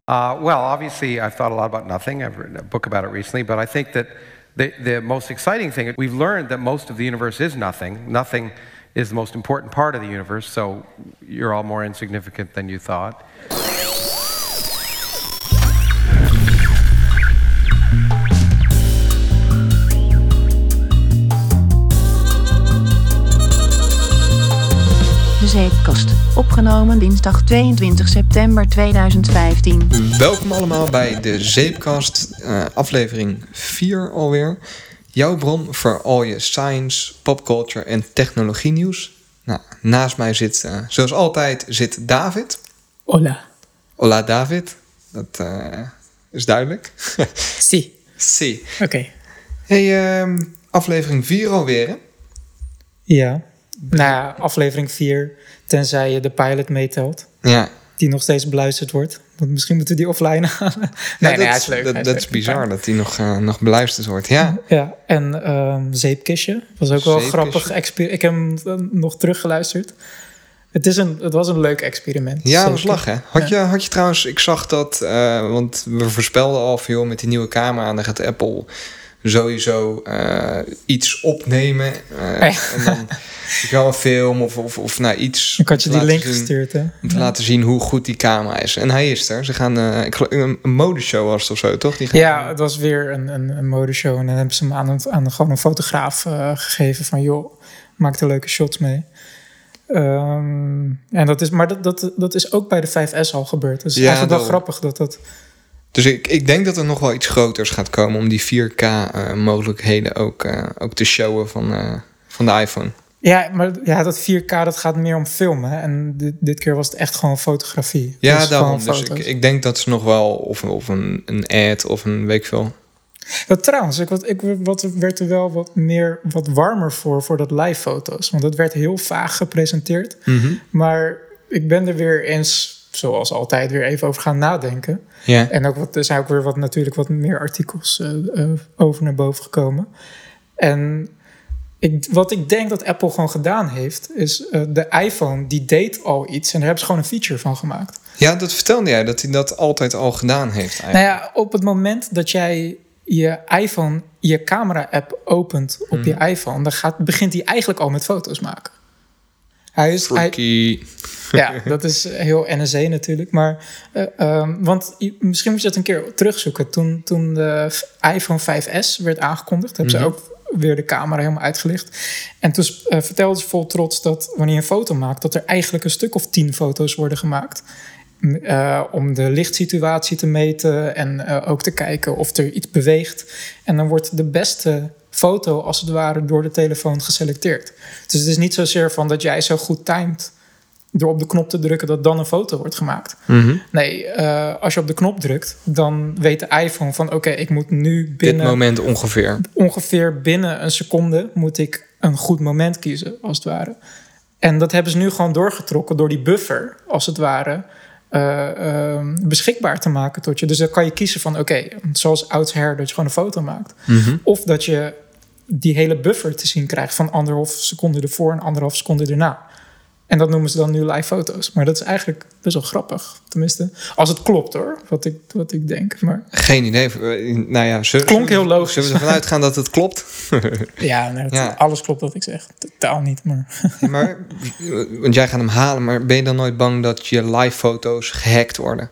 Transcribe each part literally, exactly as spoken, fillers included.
Uh, well, obviously, I've thought a lot about nothing. I've written a book about it recently, but I think that the, the most exciting thing, we've learned that most of the universe is nothing. Nothing is the most important part of the universe, so you're all more insignificant than you thought. De Zeepkast, opgenomen dinsdag tweeëntwintig september tweeduizend vijftien. Welkom allemaal bij de Zeepkast, uh, aflevering vier alweer. Jouw bron voor al je science, popculture en technologie nieuws. Nou, naast mij zit, uh, zoals altijd, zit David. Hola. Hola David, dat uh, is duidelijk. Si. Si. Oké. Okay. Hey, uh, aflevering vier alweer, hè? Ja. Nou ja, aflevering vier, tenzij je de pilot meetelt. Ja. Die nog steeds beluisterd wordt. Want misschien moeten we die offline halen. nee, ja, nee, dat, hij is leuk. Dat, hij is dat leuk. is bizar dat die nog, uh, nog beluisterd wordt, ja. Ja, en um, Zeepkistje was ook wel Zeepkistje. grappig. Exper- ik heb hem uh, nog teruggeluisterd. Het, is een, het was een leuk experiment. Ja, dat was lachen. Had, ja. je, had je trouwens, ik zag dat, uh, want we voorspelden al veel met die nieuwe camera. En dan gaat Apple sowieso uh, iets opnemen. Uh, ja. En dan ik wel een film of, of, of nou, iets. Ik had je die link zien, gestuurd, hè? Om te ja. laten zien hoe goed die camera is. En hij is er. Ze gaan, uh, ik geloof, een, een modeshow was het of zo, toch? Die gaan ja, het was weer een, een, een modeshow. En dan hebben ze hem aan, een, aan gewoon een fotograaf uh, gegeven van... joh, maak er leuke shots mee. Um, en dat is, maar dat, dat, dat is ook bij de vijf S al gebeurd. Dus ja, eigenlijk wel dat... grappig dat dat... Dus ik, ik denk dat er nog wel iets groters gaat komen... om die vier K uh, mogelijkheden ook, uh, ook te showen van, uh, van de iPhone. Ja, maar ja, dat vier K dat gaat meer om filmen. En dit, dit keer was het echt gewoon fotografie. Ja, dus daarom. Dus ik, ik denk dat ze nog wel... of, of een, een ad of een weet ik veel... Ja, trouwens, ik, wat, ik wat, werd er wel wat meer wat warmer voor... voor dat live foto's. Want dat werd heel vaag gepresenteerd. Mm-hmm. Maar ik ben er weer eens... zoals altijd weer even over gaan nadenken. Ja. En ook wat, er zijn ook weer wat, natuurlijk wat meer artikels uh, uh, over naar boven gekomen. En ik, wat ik denk dat Apple gewoon gedaan heeft... is uh, de iPhone, die deed al iets... en daar hebben ze gewoon een feature van gemaakt. Ja, dat vertelde jij, dat hij dat altijd al gedaan heeft eigenlijk. Nou ja, op het moment dat jij je iPhone, je camera-app opent op hmm. je iPhone... dan gaat, begint hij eigenlijk al met foto's maken. Hij is, Freaky. Hij, ja, dat is heel N S A natuurlijk. Maar, uh, um, want misschien moet je dat een keer terugzoeken. Toen, toen de iPhone vijf S werd aangekondigd... hebben mm-hmm. ze ook weer de camera helemaal uitgelicht. En toen uh, vertelden ze vol trots dat wanneer je een foto maakt... dat er eigenlijk een stuk of tien foto's worden gemaakt... Uh, om de lichtsituatie te meten... en uh, ook te kijken of er iets beweegt. En dan wordt de beste... foto als het ware door de telefoon geselecteerd. Dus het is niet zozeer van dat jij zo goed timed... door op de knop te drukken dat dan een foto wordt gemaakt. Mm-hmm. Nee, uh, als je op de knop drukt... dan weet de iPhone van oké, okay, ik moet nu binnen... Dit moment ongeveer. Ongeveer binnen een seconde moet ik een goed moment kiezen, als het ware. En dat hebben ze nu gewoon doorgetrokken door die buffer, als het ware... Uh, uh, beschikbaar te maken tot je. Dus dan kan je kiezen van oké, okay, zoals oudsher dat je gewoon een foto maakt. Mm-hmm. Of dat je die hele buffer te zien krijgt van anderhalf seconde ervoor en anderhalf seconde erna. En dat noemen ze dan nu live foto's. Maar dat is eigenlijk best wel grappig. Tenminste, als het klopt hoor, wat ik, wat ik denk. Maar... Geen idee. Nou ja, zullen, het klonk heel logisch. Zullen we ervan uitgaan dat het klopt? ja, nee, het, ja, alles klopt wat ik zeg. Totaal niet, maar... ja, maar... Want jij gaat hem halen, maar ben je dan nooit bang dat je live foto's gehackt worden?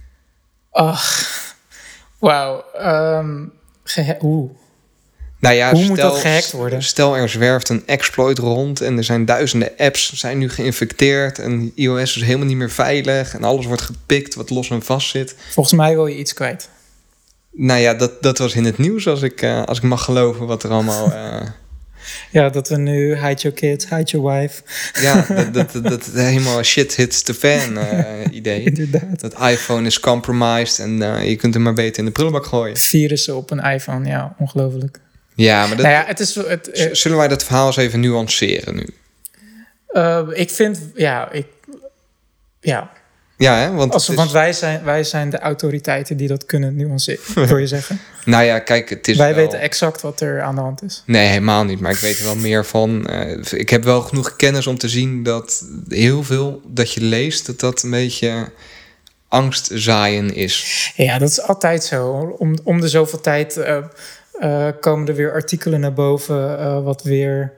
Ach, wauw. Um, geha- Oeh. Nou ja, Hoe stel, moet dat gehackt worden? Stel er zwerft een exploit rond en er zijn duizenden apps zijn nu geïnfecteerd en iOS is helemaal niet meer veilig en alles wordt gepikt wat los en vast zit. Volgens mij wil je iets kwijt. Nou ja, dat, dat was in het nieuws als ik, uh, als ik mag geloven wat er allemaal... Uh... ja, dat we nu hide your kids, hide your wife. ja, dat, dat, dat, dat helemaal shit hits the fan uh, idee. Inderdaad. Dat iPhone is compromised en uh, je kunt hem maar beter in de prullenbak gooien. Virussen op een iPhone, ja, ongelooflijk. Ja, maar dat, nou ja, het is, het, uh, zullen wij dat verhaal eens even nuanceren nu? Uh, ik vind, ja, ik, ja. Ja, hè? Want, Als, is... want wij zijn, wij zijn de autoriteiten die dat kunnen nuanceren, wil je zeggen? Nou ja, kijk, het is Wij wel... weten exact wat er aan de hand is. Nee, helemaal niet, maar ik weet er wel meer van. Uh, ik heb wel genoeg kennis om te zien dat heel veel dat je leest, dat dat een beetje angst zaaien is. Ja, dat is altijd zo. Om, om de zoveel tijd uh, uh, komen er weer artikelen naar boven, uh, wat weer...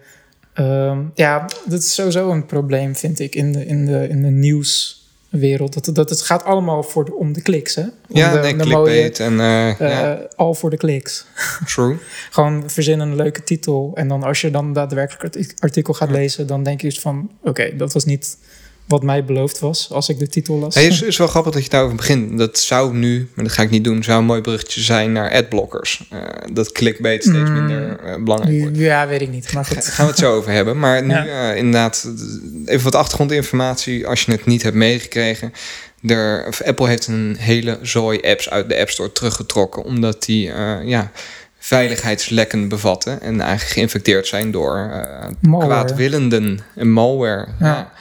Um, ja, dat is sowieso een probleem, vind ik, in de, in de, in de nieuwswereld. Dat, dat het gaat allemaal voor de, om de kliks, hè? Om ja, de, nee, de clickbait mooie, en... Uh, uh, ja. Al voor de kliks. True. Gewoon verzinnen een leuke titel. En dan als je dan daadwerkelijk het artikel gaat lezen... dan denk je dus van, oké, okay, dat was niet... wat mij beloofd was als ik de titel las. Het is, is wel grappig dat je daarover begint. Dat zou nu, maar dat ga ik niet doen... zou een mooi bruggetje zijn naar adblockers. Uh, dat clickbait steeds mm, minder uh, belangrijk wordt. Ja, weet ik niet. Maar goed. Ga, gaan we het zo over hebben. Maar nu ja. uh, inderdaad, even wat achtergrondinformatie... als je het niet hebt meegekregen. Er, of Apple heeft een hele zooi apps uit de App Store teruggetrokken... omdat die uh, ja, veiligheidslekken bevatten... en eigenlijk geïnfecteerd zijn door uh, kwaadwillenden en malware. Ja. Ja.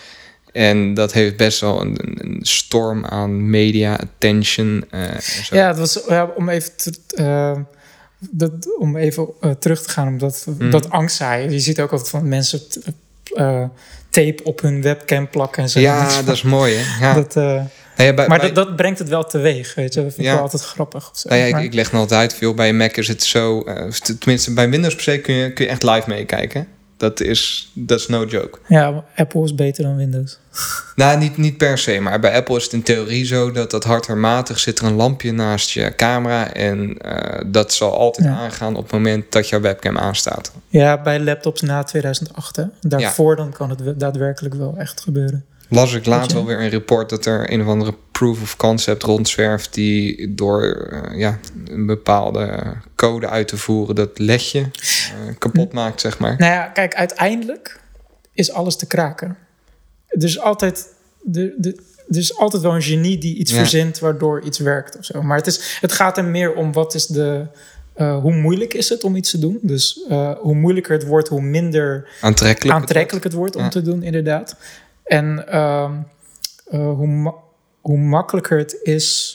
En dat heeft best wel een, een storm aan media attention. Uh, en zo. Ja, het was ja, om even te, uh, dat, om even uh, terug te gaan om dat, mm. dat angstzaaien. Je ziet ook altijd van mensen t, uh, tape op hun webcam plakken en zo. Ja, dat is mooi, hè? Ja. Dat, uh, nou ja, bij, maar bij, dat, dat brengt het wel teweeg, weet je. Dat vind ik ja. wel altijd grappig. Of zo. Nou ja, ik, maar, ik leg me altijd veel bij Mac is het zo... Uh, tenminste, bij Windows per se kun je, kun je echt live meekijken. Dat is, dat is no joke. Ja, Apple is beter dan Windows. Nou, niet, niet per se. Maar bij Apple is het in theorie zo... dat dat hardwaarmatig zit er een lampje naast je camera... en uh, dat zal altijd ja. aangaan op het moment dat jouw webcam aanstaat. Ja, bij laptops na tweeduizend acht. Hè? Daarvoor ja. dan kan het daadwerkelijk wel echt gebeuren. Las ik laatst wel weer een report dat er een of andere proof of concept rondzwerft... die door uh, ja, een bepaalde code uit te voeren dat ledje uh, kapot maakt, zeg maar. Nou ja, kijk, uiteindelijk is alles te kraken. Er is altijd, er, er, er is altijd wel een genie die iets ja. verzint waardoor iets werkt of zo. Maar het, is, het gaat er meer om wat is de... Uh, hoe moeilijk is het om iets te doen? Dus uh, hoe moeilijker het wordt, hoe minder aantrekkelijk, aantrekkelijk het wordt, het wordt om ja. te doen, inderdaad. En uh, uh, hoe, ma- hoe makkelijker het is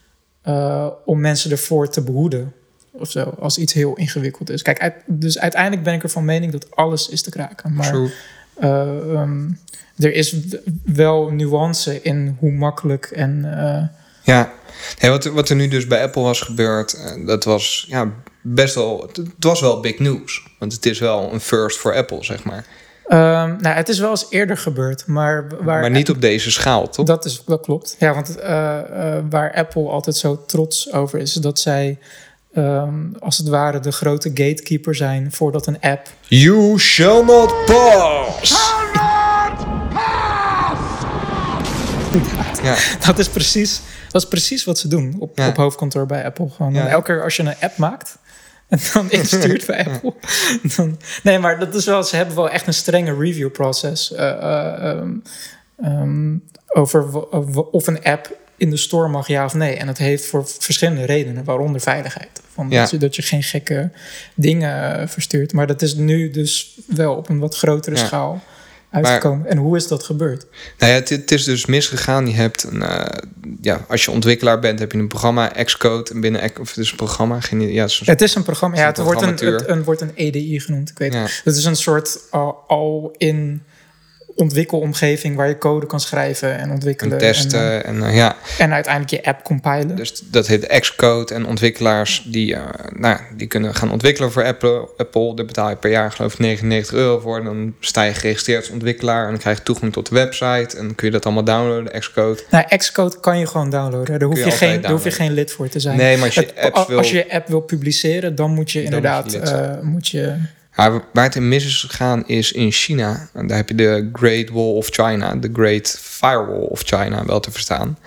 uh, om mensen ervoor te behoeden. Of zo, als iets heel ingewikkeld is. Kijk, uit, dus uiteindelijk ben ik er van mening dat alles is te kraken. Maar uh, um, er is wel nuance in hoe makkelijk en... Uh, ja, hey, wat, wat er nu dus bij Apple was gebeurd... Uh, dat was ja, best wel... Het, het was wel big news. Want het is wel een first voor Apple, zeg maar. Um, nou, het is wel eens eerder gebeurd, maar... Waar maar niet op deze schaal, toch? Dat, is, dat klopt. Ja, want uh, uh, waar Apple altijd zo trots over is... dat zij, um, als het ware, de grote gatekeeper zijn... voordat een app... You shall not pass! Ja. Dat is precies, dat is precies wat ze doen op, ja. op hoofdkantoor bij Apple. Gewoon ja. elke keer als je een app maakt... en dan instuurt bij Apple. Dan, nee, maar dat is wel... Ze hebben wel echt een strenge review process... Uh, uh, um, um, over w- of een app in de store mag, ja of nee. En dat heeft voor verschillende redenen, waaronder veiligheid. Van ja. dat, je, dat je geen gekke dingen uh, verstuurt. Maar dat is nu dus wel op een wat grotere ja. schaal uitgekomen. Maar, en hoe is dat gebeurd? Nou ja, het, het is dus misgegaan. Je hebt een, uh, ja, als je ontwikkelaar bent, heb je een programma, Xcode. En binnen of het is een programma. Geen, ja, het, is een, het is een programma. Ja, het, wordt een, het een, wordt een E D I genoemd. Ik weet ja. Het is een soort uh, al-in ontwikkelomgeving waar je code kan schrijven en ontwikkelen. En testen. En, en, uh, ja. en uiteindelijk je app compilen. Dus dat heet Xcode. En ontwikkelaars die, uh, nou, die kunnen gaan ontwikkelen voor Apple. Apple, daar betaal je per jaar geloof ik negenennegentig euro voor. Dan sta je geregistreerd als ontwikkelaar. En dan krijg je toegang tot de website. En dan kun je dat allemaal downloaden, Xcode. Nou, Xcode kan je gewoon downloaden. Daar hoef je, je, geen, daar hoef je geen lid voor te zijn. Nee, maar als je, het, apps wil, als je je app wil publiceren, dan moet je dan inderdaad... Moet je, uh, moet je Ja, waar het in mis is gegaan is in China. En daar heb je de Great Wall of China, de Great Firewall of China wel te verstaan.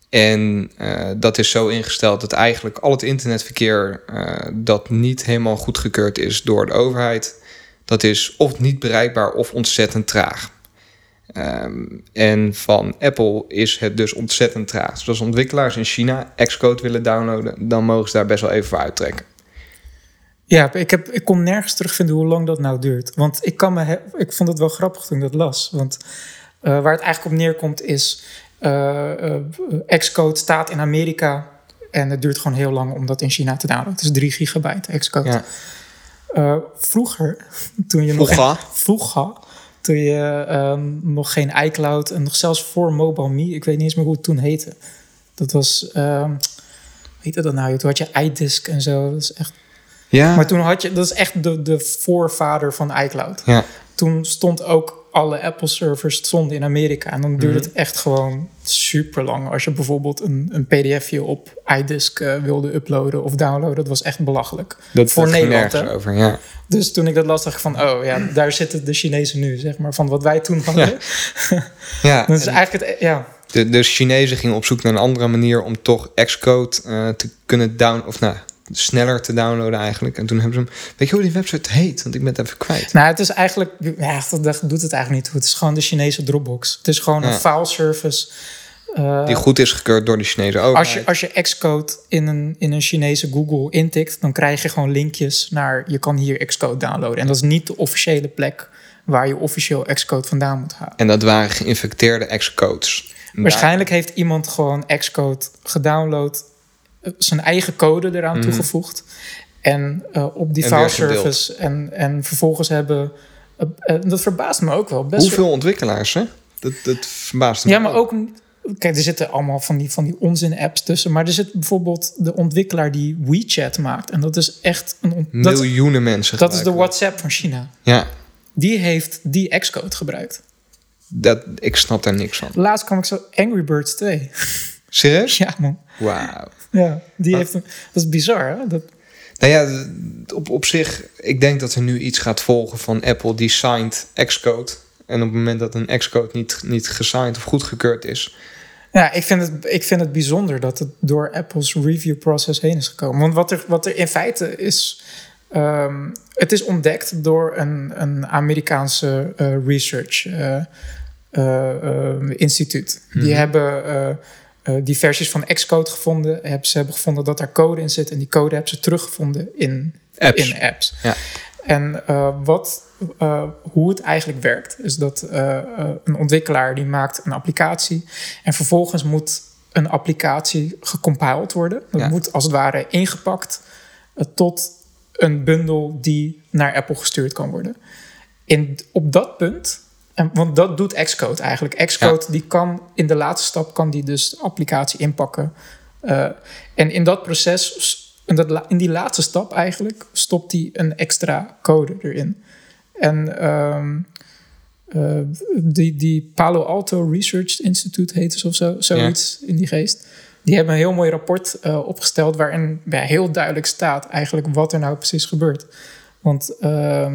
En uh, dat is zo ingesteld dat eigenlijk al het internetverkeer uh, dat niet helemaal goedgekeurd is door de overheid, dat is of niet bereikbaar of ontzettend traag. Um, en van Apple is het dus ontzettend traag. Dus als ontwikkelaars in China Xcode willen downloaden, dan mogen ze daar best wel even voor uittrekken. Ja, ik, heb, ik kon nergens terugvinden hoe lang dat nou duurt. Want ik, kan me he- ik vond het wel grappig toen ik dat las. Want uh, waar het eigenlijk op neerkomt is... Uh, uh, Xcode staat in Amerika... en het duurt gewoon heel lang om dat in China te downloaden. Het is drie gigabyte Xcode. Ja. Uh, vroeger, toen je vroeger. nog... Vroeger, toen je uh, nog geen iCloud... en nog zelfs voor Mobile Me... ik weet niet eens meer hoe het toen heette... Dat was, uh, hoe heet dat nou? Toen had je iDisk en zo. Dat is echt... Ja. Maar toen had je, dat is echt de, de voorvader van iCloud. Ja. Toen stond ook alle Apple-servers stonden in Amerika. En dan duurde Mm-hmm. het echt gewoon super lang. Als je bijvoorbeeld een, een pdfje op iDisk uh, wilde uploaden of downloaden. Dat was echt belachelijk. Dat, voor dat Nederland. Ging over, ja. Dus toen ik dat las, dacht ik van... oh ja, daar zitten de Chinezen nu, zeg maar. Van wat wij toen hadden. Ja. Ja, dat is eigenlijk het... Ja. De, de Chinezen gingen op zoek naar een andere manier... om toch Xcode uh, te kunnen down of nou, sneller te downloaden eigenlijk. En toen hebben ze hem... Weet je hoe die website heet? Want ik ben het even kwijt. Nou, het is eigenlijk... Ja, dat, dat doet het eigenlijk niet toe. Het is gewoon de Chinese Dropbox. Het is gewoon Ja. een file service... Uh, die goed is gekeurd door de Chinese overheid. Als je, als je Xcode in een, in een Chinese Google intikt... dan krijg je gewoon linkjes naar... je kan hier Xcode downloaden. En dat is niet de officiële plek... waar je officieel Xcode vandaan moet halen. En dat waren geïnfecteerde Xcodes. Waarschijnlijk heeft iemand gewoon Xcode gedownload... zijn eigen code eraan mm. toegevoegd... en uh, op die file service... En, en vervolgens hebben... Uh, uh, dat verbaast me ook wel. Best Hoeveel wel... ontwikkelaars, hè? Dat, dat verbaast me Ja, maar ook... Kijk, er zitten allemaal van die, van die onzin-apps tussen. Maar er zit bijvoorbeeld de ontwikkelaar die WeChat maakt. En dat is echt een... On- Miljoenen dat, mensen. Dat is de WhatsApp van China. Ja. Die heeft die Xcode gebruikt. Dat, ik snap daar niks van. Laatst kwam ik zo Angry Birds twee. Serieus? Ja, man. Wauw. Ja, die ah. heeft een, dat is bizar, hè? Dat... Nou ja, op, op zich... Ik denk dat er nu iets gaat volgen van Apple... die signed Xcode. En op het moment dat een Xcode niet, niet gesigned of goedgekeurd is... Ja, ik vind, het, ik vind het bijzonder dat het door Apple's review process heen is gekomen. Want wat er, wat er in feite is... Um, het is ontdekt door een, een Amerikaanse uh, research uh, uh, uh, instituut. Mm-hmm. Die hebben uh, uh, die versies van Xcode gevonden. Hebben, ze hebben gevonden dat daar code in zit. En die code hebben ze teruggevonden in apps. In apps. Ja. En uh, wat, uh, hoe het eigenlijk werkt... is dat uh, uh, een ontwikkelaar die maakt een applicatie... en vervolgens moet een applicatie gecompiled worden. Dat ja. moet als het ware ingepakt... Uh, tot een bundel die naar Apple gestuurd kan worden. En op dat punt... En, want dat doet Xcode eigenlijk. Xcode ja. die kan in de laatste stap... kan die dus de applicatie inpakken. Uh, en in dat proces... En dat, in die laatste stap eigenlijk stopt hij een extra code erin. En um, uh, die, die Palo Alto Research Institute heet het of zo, zoiets ja. in die geest. Die hebben een heel mooi rapport uh, opgesteld... waarin ja, heel duidelijk staat eigenlijk wat er nou precies gebeurt. Want uh,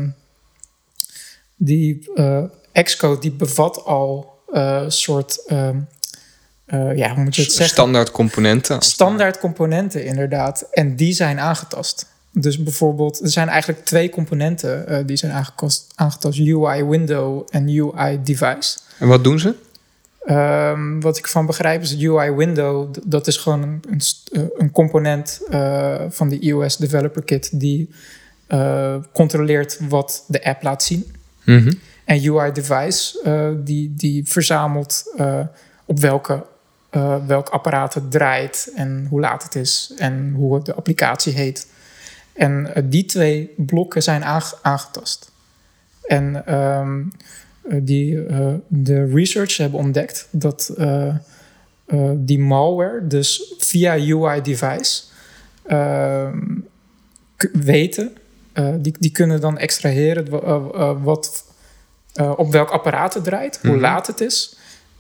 die uh, Xcode die bevat al een uh, soort... Uh, Uh, ja, hoe moet je het zeggen? Standaard componenten. Standaard componenten, inderdaad. En die zijn aangetast. Dus bijvoorbeeld, er zijn eigenlijk twee componenten... Uh, die zijn aangetast, aangetast. U I Window en U I Device. En wat doen ze? Um, wat ik van begrijp is dat U I Window... dat is gewoon een, een, een component uh, van de iOS Developer Kit... die uh, controleert wat de app laat zien. Mm-hmm. En U I Device, uh, die, die verzamelt... Uh, op welke Uh, welk apparaat het draait en hoe laat het is en hoe de applicatie heet. En uh, die twee blokken zijn aange- aangetast. En um, die, uh, de researchers hebben ontdekt dat uh, uh, die malware, dus via U I device, uh, k- weten, uh, die, die kunnen dan extraheren uh, uh, wat, uh, op welk apparaat het draait, hoe mm-hmm. laat het is.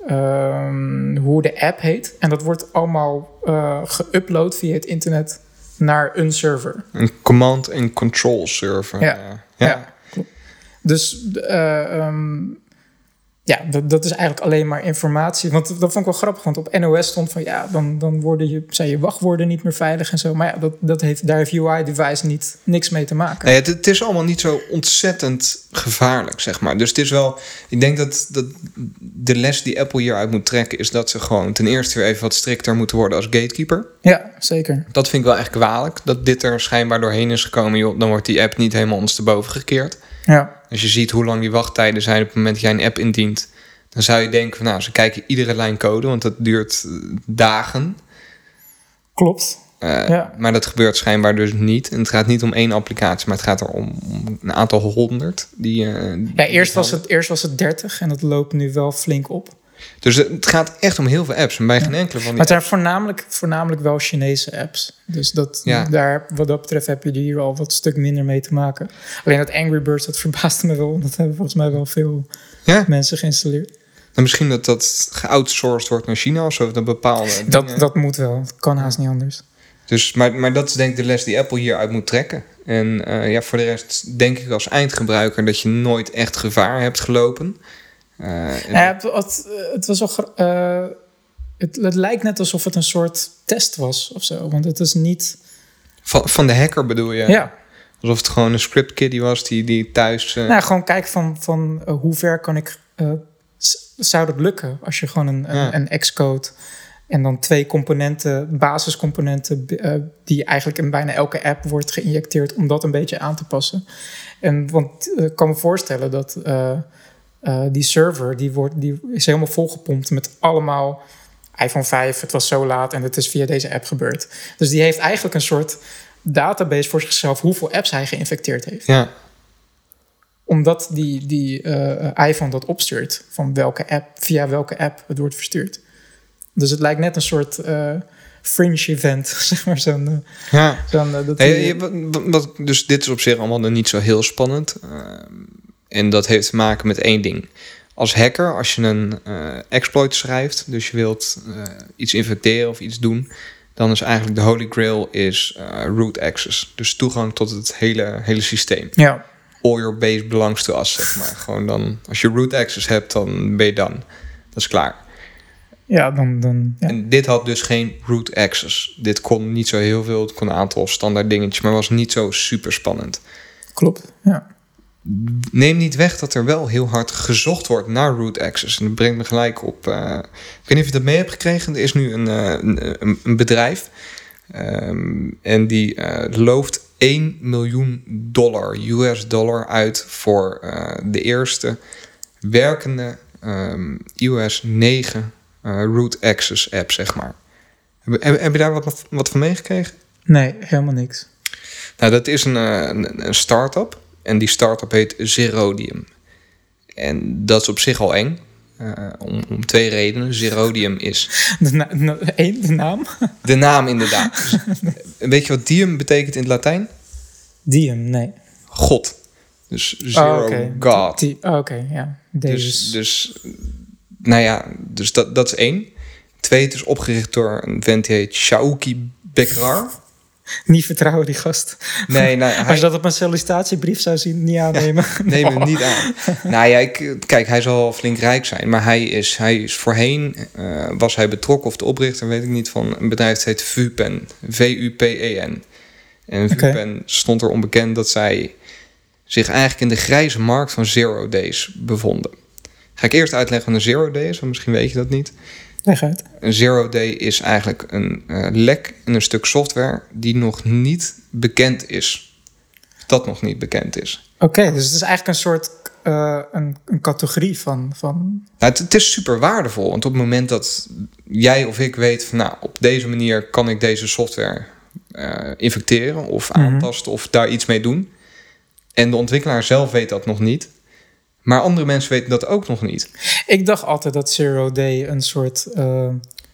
Um, hoe de app heet. En dat wordt allemaal uh, geüpload via het internet naar een server. Een command and control server. Ja, ja. ja klopt. Dus uh, um, ja, dat, dat is eigenlijk alleen maar informatie. Want dat vond ik wel grappig, want op N O S stond van... ja, dan, dan worden je, zijn je wachtwoorden niet meer veilig en zo. Maar ja, dat, dat heeft, daar heeft U I-device niet, niks mee te maken. Nee, het, het is allemaal niet zo ontzettend gevaarlijk, zeg maar. Dus het is wel... Ik denk dat, dat de les die Apple hieruit moet trekken... is dat ze gewoon ten eerste weer even wat strikter moeten worden als gatekeeper. Ja, zeker. Dat vind ik wel echt kwalijk. Dat dit er schijnbaar doorheen is gekomen. Joh, dan wordt die app niet helemaal ondersteboven gekeerd. Ja. Als je ziet hoe lang die wachttijden zijn op het moment dat jij een app indient... dan zou je denken van nou, ze kijken iedere lijn code... want dat duurt dagen. Klopt. Uh, ja. Maar dat gebeurt schijnbaar dus niet. En het gaat niet om één applicatie, maar het gaat er om, om een aantal honderd. Die, uh, ja, eerst was, het, eerst was het dertig en dat loopt nu wel flink op. Dus het gaat echt om heel veel apps. En bij geen enkele van die Maar het zijn apps- voornamelijk, voornamelijk wel Chinese apps. Dus dat, Ja. daar, wat dat betreft heb je er hier al wat stuk minder mee te maken. Alleen dat Angry Birds, dat verbaasde me wel. Dat hebben volgens mij wel veel Ja, mensen geïnstalleerd. en misschien dat dat geoutsourced wordt naar China of zo. Dat bepaalde Dat, dingen. dat moet wel. Dat kan haast niet anders. Dus, maar, maar dat is denk ik de les die Apple hieruit moet trekken. En uh, ja, voor de rest denk ik als eindgebruiker dat je nooit echt gevaar hebt gelopen. Uh, en- Ja, het, het, het was wel... gra- eh, het, het lijkt net alsof het een soort test was of zo. Want het is niet... van, van de hacker bedoel je? Ja, Alsof het gewoon een script kiddie was die, die thuis... Uh, nou, gewoon kijken van, van uh, hoe ver kan ik... Uh, s- zou dat lukken als je gewoon een, Ja. een, een Xcode... en dan twee componenten, basiscomponenten... Uh, die eigenlijk in bijna elke app wordt geïnjecteerd... om dat een beetje aan te passen. En want uh, ik kan me voorstellen dat... Uh, uh, die server die wordt, die is helemaal volgepompt met allemaal... iPhone vijf, het was zo laat en het is via deze app gebeurd. Dus die heeft eigenlijk een soort database voor zichzelf... hoeveel apps hij geïnfecteerd heeft. ja, Omdat die, die uh, iPhone dat opstuurt... van welke app, via welke app het wordt verstuurd. Dus het lijkt net een soort uh, fringe event. Zeg maar zo'n... Uh, ja. zo'n uh, dat Hey, die- je- wat- wat- dus dit is op zich allemaal nog niet zo heel spannend. Uh, en dat heeft te maken met één ding. Als hacker, als je een uh, exploit schrijft... dus je wilt uh, iets infecteren of iets doen... dan is eigenlijk de holy grail is uh, root access. Dus toegang tot het hele, hele systeem. ja, All your base belongs to us, zeg maar. Gewoon dan, als je root access hebt, dan ben je dan. Dat is klaar. ja, dan... dan ja. En dit had dus geen root access. Dit kon niet zo heel veel. Het kon een aantal standaard dingetjes, maar was niet zo super spannend. Klopt, ja. Neem niet weg dat er wel heel hard gezocht wordt naar root access. En dat brengt me gelijk op... Uh, ik weet niet of je dat mee hebt gekregen. Er is nu een, uh, een, een bedrijf. Um, en die uh, looft één miljoen dollar, U S dollar uit... voor uh, de eerste werkende um, I O S negen uh, root access app, zeg maar. Heb, heb, heb je daar wat, wat van meegekregen? Nee, helemaal niks. Nou, dat is een, uh, een, een start-up. En die start-up heet Zerodium. En dat is op zich al eng. Uh, om, om twee redenen. Zerodium is De, na, na, één, de naam? de naam inderdaad. Dus, weet je wat dium betekent in het Latijn? Diem, nee. God. Dus zero Oh, oké. God. Die- oh, Oké, ja. Deze. Dus, dus, nou ja, dus dat, dat is één. Twee, het is opgericht door een vent die heet Shauki Bekrar. Niet vertrouwen, die gast. Nee, nou, Als hij je dat op mijn sollicitatiebrief zou zien, niet aannemen. neem hem niet aan. Nou ja, ik, kijk, hij zal wel flink rijk zijn. Maar hij is, hij is voorheen, uh, was hij betrokken, of de oprichter, weet ik niet, van een bedrijf dat heet VuPen. V U P E N. En Oké. VuPen stond er onbekend dat zij zich eigenlijk in de grijze markt van zero days bevonden. Ga ik eerst uitleggen wat een zero day is, want misschien weet je dat niet. Leg uit. Een zero day is eigenlijk een uh, lek in een stuk software die nog niet bekend is. Dat nog niet bekend is. Oké, dus het is eigenlijk een soort uh, een, een categorie van... van... Nou, het, het is super waardevol. Want op het moment dat jij of ik weet van... nou, op deze manier kan ik deze software uh, infecteren of aantasten... of daar iets mee doen. En de ontwikkelaar zelf weet dat nog niet. Maar andere mensen weten dat ook nog niet. Ik dacht altijd dat Zero Day een soort uh,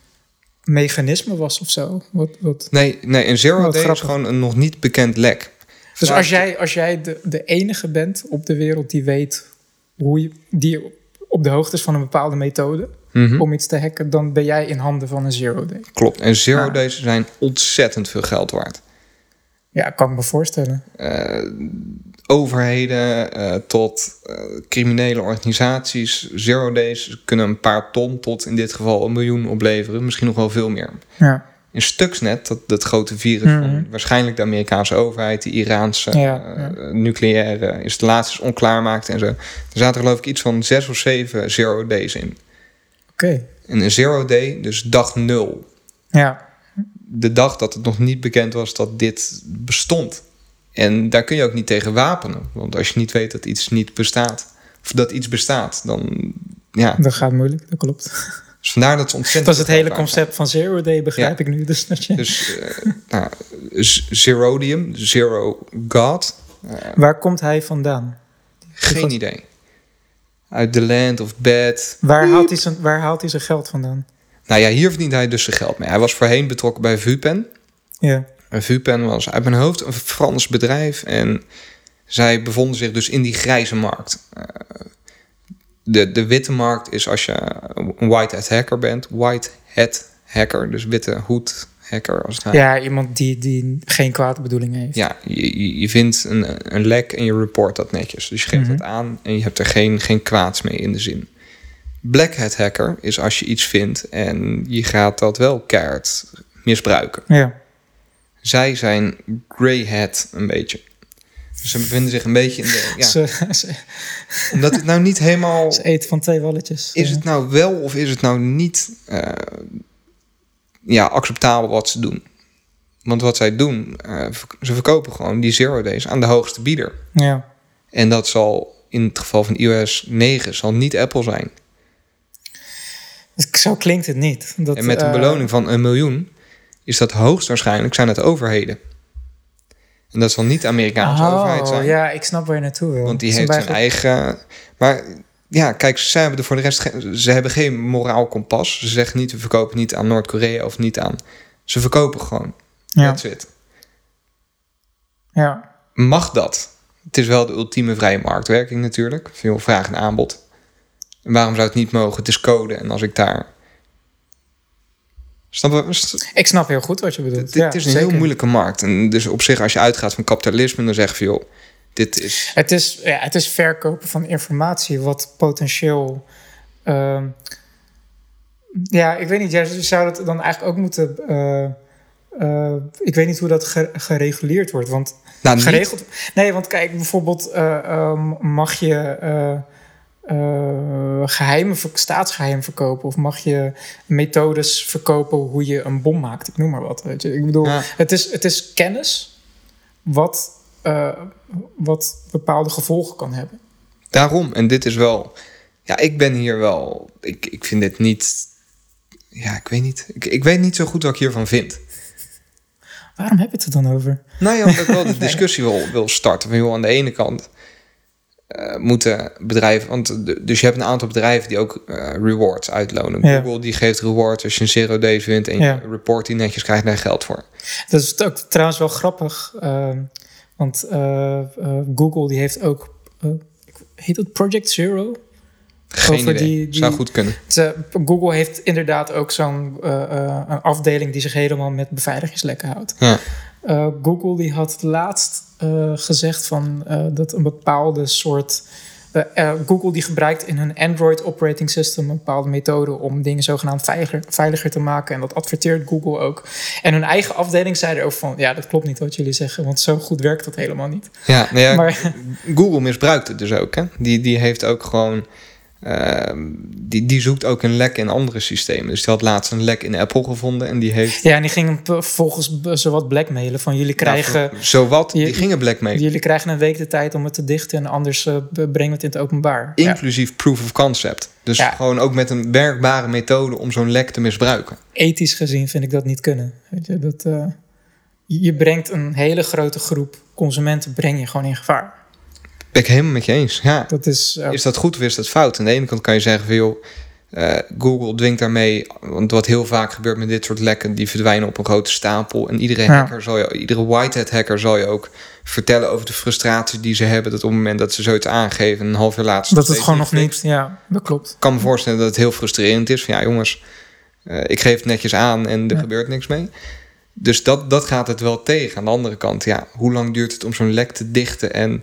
mechanisme was of zo. Wat, wat... Nee, nee, een zero Wat day is grappig. gewoon een nog niet bekend lek. Dus Vaak- als jij, als jij de, de enige bent op de wereld die weet... hoe je, die op de hoogte is van een bepaalde methode... Mhm. om iets te hacken, dan ben jij in handen van een Zero Day. Klopt. En zero Ah. days zijn ontzettend veel geld waard. Ja, kan ik me voorstellen. Uh, overheden uh, tot uh, criminele organisaties. Zero days kunnen een paar ton tot in dit geval een miljoen opleveren. Misschien nog wel veel meer. Ja, In Stuxnet, dat, dat grote virus Mhm. van waarschijnlijk de Amerikaanse overheid... die Iraanse Ja, uh, ja. nucleaire installaties onklaar maakte en zo. Er zaten geloof ik iets van zes of zeven zero days in. oké. En een zero day, dus dag nul. Ja, De dag dat het nog niet bekend was dat dit bestond. En daar kun je ook niet tegen wapenen. Want als je niet weet dat iets niet bestaat... of dat iets bestaat, dan... ja. dat gaat moeilijk, dat klopt. Dus vandaar dat ze ontzettend... Dat is het veel hele geld waard concept van Zero Day, begrijp Ja. ik nu. Dus dat je... Dus uh, nou, z- Zerodium, Zero God. Uh, Waar komt hij vandaan? geen God. idee. uit The Land of Bad. Waar haalt, hij zijn, waar haalt hij zijn geld vandaan? Nou ja, hier verdient hij dus zijn geld mee. Hij was voorheen betrokken bij Vupen. Ja. En Vupen was uit mijn hoofd een Frans bedrijf. En zij bevonden zich dus in die grijze markt. Uh, de, de witte markt is als je een white hat hacker bent. White hat hacker, dus witte hoed hacker als het gaat. Ja, iemand die, die geen kwade bedoelingen heeft. Ja, je, je vindt een, een lek en je report dat netjes. Dus je geeft Mhm. het aan en je hebt er geen, geen kwaads mee in de zin. Black hat hacker is als je iets vindt en je gaat dat wel keihard misbruiken. Ja. Zij zijn grey hat een beetje. Dus ze bevinden zich een beetje in de... Ja, Ze, ze, omdat het nou niet helemaal... ze eten van twee walletjes. Is het nou wel of is het nou niet uh, ja, acceptabel wat ze doen? Want wat zij doen, uh, ze verkopen gewoon die zero days aan de hoogste bieder. Ja. En dat zal in het geval van i O S negen zal niet Apple zijn. Dus zo klinkt het niet. Dat, En met een uh, beloning van een miljoen is dat hoogstwaarschijnlijk zijn het overheden. En dat zal niet de Amerikaanse oh, overheid zijn. Ja, ik snap waar je naartoe wil. Want die Het heeft is zijn een eigen... Maar ja, kijk, ze hebben er voor de rest... Geen, ze hebben geen moraal kompas. Ze zeggen niet, we verkopen niet aan Noord-Korea of niet aan... Ze verkopen gewoon. Ja. That's it. Ja. Mag dat? Het is wel de ultieme vrije marktwerking natuurlijk. Veel vraag en aanbod. En waarom zou het niet mogen? Het is code. En als ik daar... Snap je? Ik snap heel goed wat je bedoelt. Het, ja, het is een zeker. heel moeilijke markt. En dus op zich, als je uitgaat van kapitalisme... dan zeg je, joh, dit is... Het is, ja, het is verkopen van informatie wat potentieel... Uh, ja, ik weet niet. Jij zou dat dan eigenlijk ook moeten... Uh, uh, ik weet niet hoe dat ge- gereguleerd wordt. Want Nou, niet. geregeld... Nee, want kijk, bijvoorbeeld uh, um, mag je... Uh, Uh, geheimen, staatsgeheim verkopen... of mag je methodes verkopen hoe je een bom maakt. Ik noem maar wat. Weet je. Ik bedoel, Ja. het, is, het is kennis... wat, uh, wat bepaalde gevolgen kan hebben. Daarom, en dit is wel... Ja, ik ben hier wel... Ik, ik vind dit niet... Ja, ik weet niet. Ik, ik weet niet zo goed wat ik hiervan vind. Waarom heb je het er dan over? Nou ja, omdat ik wel de discussie wil, wil starten. Van, joh, aan de ene kant... Uh, moeten bedrijven... Want de, dus je hebt een aantal bedrijven die ook uh, rewards uitlonen. Ja. Google die geeft rewards als je een zero days wint... en Ja. je report die netjes krijgt daar geld voor. Dat is ook trouwens wel grappig. Uh, want uh, uh, Google die heeft ook... Uh, heet het Project Zero? Geen Over idee. die- die- Zou goed kunnen. Ze, Google heeft inderdaad ook zo'n uh, uh, een afdeling... die zich helemaal met beveiligingslekken houdt. Ja. Uh, Google die had laatst uh, gezegd van uh, dat een bepaalde soort... Uh, uh, Google die gebruikt in hun Android operating system... een bepaalde methode om dingen zogenaamd veiliger, veiliger te maken. En dat adverteert Google ook. En hun eigen afdeling zei er ook van... ja, dat klopt niet wat jullie zeggen... want zo goed werkt dat helemaal niet. Ja, nou ja, Maar- Google misbruikt het dus ook. Hè? Die, die heeft ook gewoon... Uh, die, die zoekt ook een lek in andere systemen. Dus die had laatst een lek in Apple gevonden... en die heeft... Ja, en die gingen vervolgens zowat blackmailen van... jullie krijgen, Nou, zowat, die je- gingen blackmailen. jullie krijgen een week de tijd om het te dichten... en anders uh, brengen we het in het openbaar. Ja. Inclusief proof of concept. Dus Ja. gewoon ook met een werkbare methode om zo'n lek te misbruiken. Ethisch gezien vind ik dat niet kunnen. Weet je, dat, uh, je brengt een hele grote groep consumenten breng je gewoon in gevaar. Ben ik helemaal met je eens. Ja. Dat is, uh, Is dat goed of is dat fout? Aan de ene kant kan je zeggen van joh, uh, Google dwingt daarmee, want wat heel vaak gebeurt met dit soort lekken, die verdwijnen op een grote stapel. En iedere Ja. hacker zal je, iedere white hat hacker zal je ook vertellen over de frustraties die ze hebben. Dat op het moment dat ze zoiets aangeven, een half jaar later. dat het gewoon nog gefixt. niet. Ja, dat klopt. Ik kan me voorstellen dat het heel frustrerend is. Van ja, jongens, uh, ik geef het netjes aan en er Ja. gebeurt niks mee. Dus dat, dat gaat het wel tegen. Aan de andere kant, ja, hoe lang duurt het om zo'n lek te dichten? En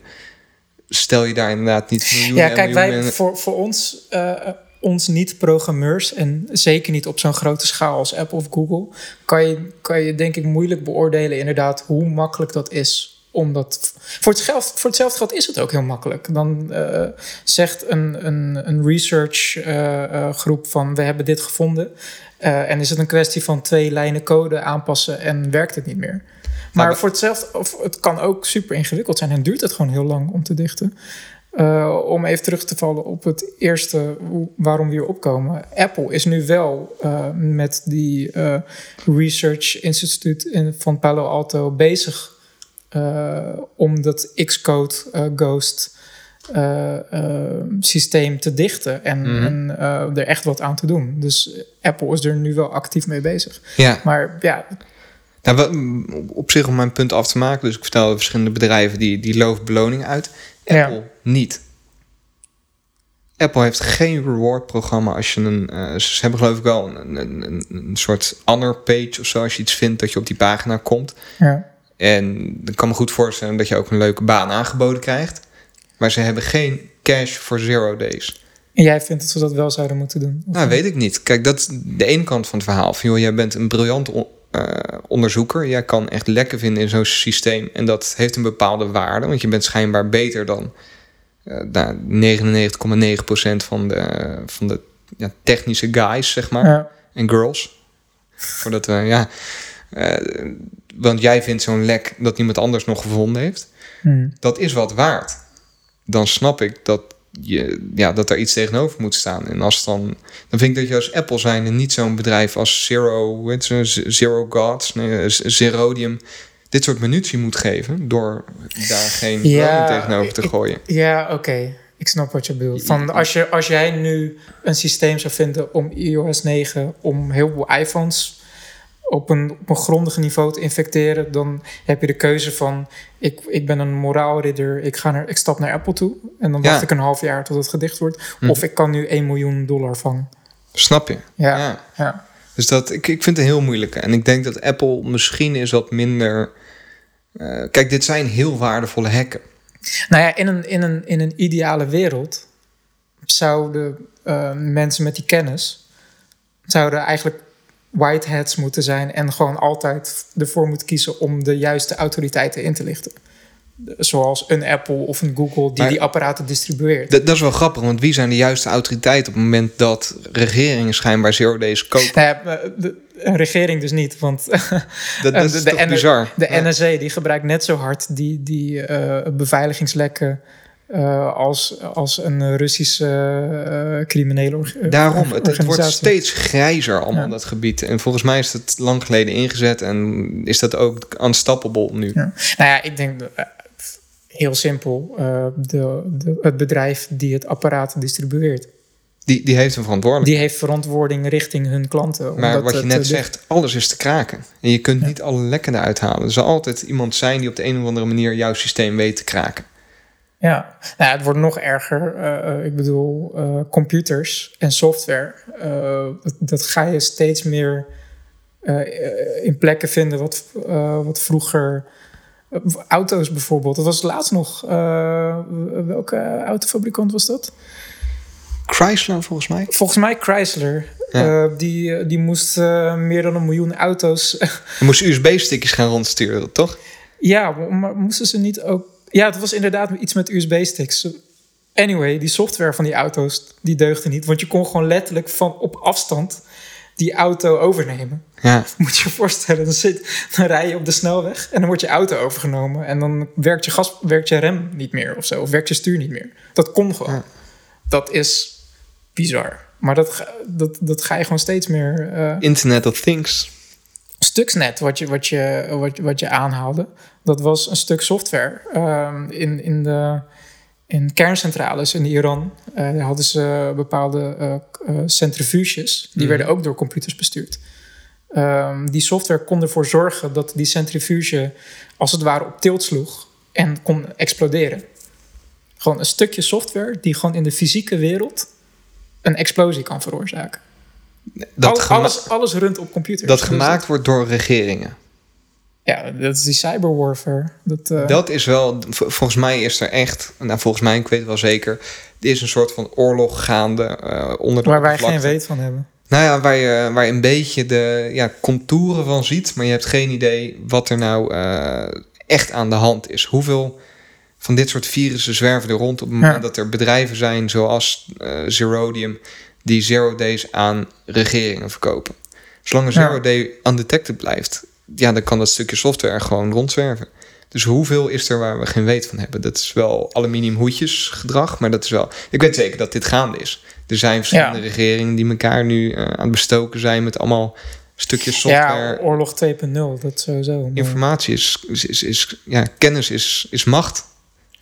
stel je daar inderdaad niet miljoenen Ja, en kijk, wij, miljoenen- voor, voor ons, uh, ons niet-programmeurs... en zeker niet op zo'n grote schaal als Apple of Google... kan je, kan je denk ik moeilijk beoordelen inderdaad... hoe makkelijk dat is. Omdat, voor, het geld, voor hetzelfde geld is het ook heel makkelijk. Dan uh, zegt een, een, een research uh, uh, groep van... we hebben dit gevonden... Uh, en is het een kwestie van twee lijnen code aanpassen... en werkt het niet meer. Maar Maar- voor hetzelfde, of het kan ook super ingewikkeld zijn... en duurt het gewoon heel lang om te dichten. Uh, om even terug te vallen op het eerste hoe- waarom we hier opkomen. Apple is nu wel uh, met die uh, Research Institute in, van Palo Alto bezig... Uh, om dat Xcode uh, Ghost uh, uh, systeem te dichten en, Mm-hmm. en uh, er echt wat aan te doen. Dus Apple is er nu wel actief mee bezig. Ja. Maar ja... Nou, wat, op zich om mijn punt af te maken, dus ik vertelde verschillende bedrijven die, die loven beloning uit. Apple Ja. niet. Apple heeft geen reward programma als je een... Uh, ze hebben geloof ik wel een, een, een, een soort honor page of zo, als je iets vindt dat je op die pagina komt. Ja. En ik kan me goed voorstellen dat je ook een leuke baan aangeboden krijgt. Maar ze hebben geen cash voor zero days. En jij vindt dat ze dat wel zouden moeten doen? Of Nou, weet ik niet. Kijk, dat is de ene kant van het verhaal. Van, joh, jij bent een briljant on- uh, onderzoeker. Jij kan echt lekker vinden in zo'n systeem. En dat heeft een bepaalde waarde. Want je bent schijnbaar beter dan uh, nou, negenennegentig komma negen procent van de, van de ja, technische guys, zeg maar. Ja. En girls. Voordat we, ja... Uh, want jij vindt zo'n lek dat niemand anders nog gevonden heeft. Hmm. Dat is wat waard. Dan snap ik dat, je, ja, dat er iets tegenover moet staan. En als dan, dan vind ik dat je als Apple zijn en niet zo'n bedrijf als Zero, hoe heet ze, Zero Gods, nee, Zerodium, dit soort munitie moet geven door daar geen Ja, beloning tegenover te ik- gooien. Ja, oké. Okay. Ik snap wat je bedoelt. Van als, je, als jij nu een systeem zou vinden om i O S negen... om heel veel iPhones op een, op een grondig niveau te infecteren... dan heb je de keuze van... ik, ik ben een moraalridder, ik, ga naar, ik stap naar Apple toe... en dan Ja. wacht ik een half jaar tot het gedicht wordt. Hm. Of ik kan nu één miljoen dollar vangen. Snap je? Ja, Ja. ja. Dus dat, ik, ik vind het een heel moeilijke. En ik denk dat Apple misschien is wat minder... Uh, kijk, dit zijn heel waardevolle hacken. Nou ja, in een, in een, in een ideale wereld... zouden uh, mensen met die kennis... zouden eigenlijk whiteheads moeten zijn... en gewoon altijd ervoor moeten kiezen... om de juiste autoriteiten in te lichten. Zoals een Apple of een Google... die Maar- die apparaten distribueert. Dat, dat is wel grappig, want wie zijn de juiste autoriteiten... op het moment dat regeringen schijnbaar zero days kopen? Nou ja, de, een regering dus niet, want... Dat, dat is de, toch N- bizar? De Ja. N S A die gebruikt net zo hard die, die uh, beveiligingslekken... Uh, als, als een Russische uh, criminele or- Daarom, het, het wordt organisatie. steeds grijzer allemaal, Ja. dat gebied. En volgens mij is het lang geleden ingezet... en is dat ook unstoppable nu. Ja. Nou ja, ik denk... Uh, heel simpel. Uh, de, de, het bedrijf die het apparaat distribueert... Die, die heeft een verantwoordelijkheid. die heeft verantwoording richting hun klanten. om Maar dat, wat je uh, net te- zegt, alles is te kraken. En je kunt Ja. niet alle lekken eruit halen. Er zal altijd iemand zijn die op de een of andere manier... jouw systeem weet te kraken. Ja, nou, ja, het wordt nog erger. Uh, ik bedoel, uh, computers en software. Uh, dat, dat ga je steeds meer uh, in plekken vinden wat, uh, wat vroeger... Uh, auto's bijvoorbeeld. Dat was laatst nog... Uh, welke autofabrikant was dat? Chrysler volgens mij. Volgens mij Chrysler. Ja. Uh, die, die moest uh, meer dan een miljoen auto's... Je moest U S B-stickjes gaan rondsturen, toch? Ja, maar moesten ze niet ook... Ja, het was inderdaad iets met U S B-sticks. Anyway, die software van die auto's, die deugde niet. Want je kon gewoon letterlijk van op afstand die auto overnemen. Ja. Moet je je voorstellen, dan, zit, dan rij je op de snelweg... en dan wordt je auto overgenomen... en dan werkt je, gas, werkt je rem niet meer of zo. Of werkt je stuur niet meer. Dat kon gewoon. Ja. Dat is bizar. Maar dat, ga- dat, dat ga je gewoon steeds meer... Uh, Internet of Things. Stuxnet, wat je, wat, je, wat, wat je aanhaalde, dat was een stuk software. Um, in, in, de, in kerncentrales in Iran uh, hadden ze bepaalde uh, uh, centrifuges. Die Mhm. werden ook door computers bestuurd. Um, die software kon ervoor zorgen dat die centrifuge als het ware op tilt sloeg en kon exploderen. Gewoon een stukje software die gewoon in de fysieke wereld een explosie kan veroorzaken. Dat, Al- gema- alles, alles runt op computers. dat Dus gemaakt wordt door regeringen. Ja, dat is die cyberwarfare. Dat, uh, Dat is wel, v- volgens mij is er echt, nou volgens mij, ik weet het wel zeker, er is een soort van oorlog gaande uh, onder de waar wij geen oppervlakte. weet van hebben. Nou ja, waar je, waar je een beetje de ja, contouren van ziet, maar je hebt geen idee wat er nou uh, echt aan de hand is. Hoeveel van dit soort virussen zwerven er rond op het moment Ja. dat er bedrijven zijn zoals uh, Zerodium die zero days aan regeringen verkopen. Zolang een Ja. zero day undetected blijft, ja, dan kan dat stukje software gewoon rondzwerven. Dus hoeveel is er waar we geen weet van hebben? Dat is wel aluminiumhoedjes gedrag, maar dat is wel... Ik weet zeker dat dit gaande is. Er zijn verschillende Ja. regeringen die elkaar nu uh, aan het bestoken zijn met allemaal stukjes software. Ja, oorlog twee punt nul, dat sowieso. Maar- Informatie is, is, is, is ja, kennis is, is macht.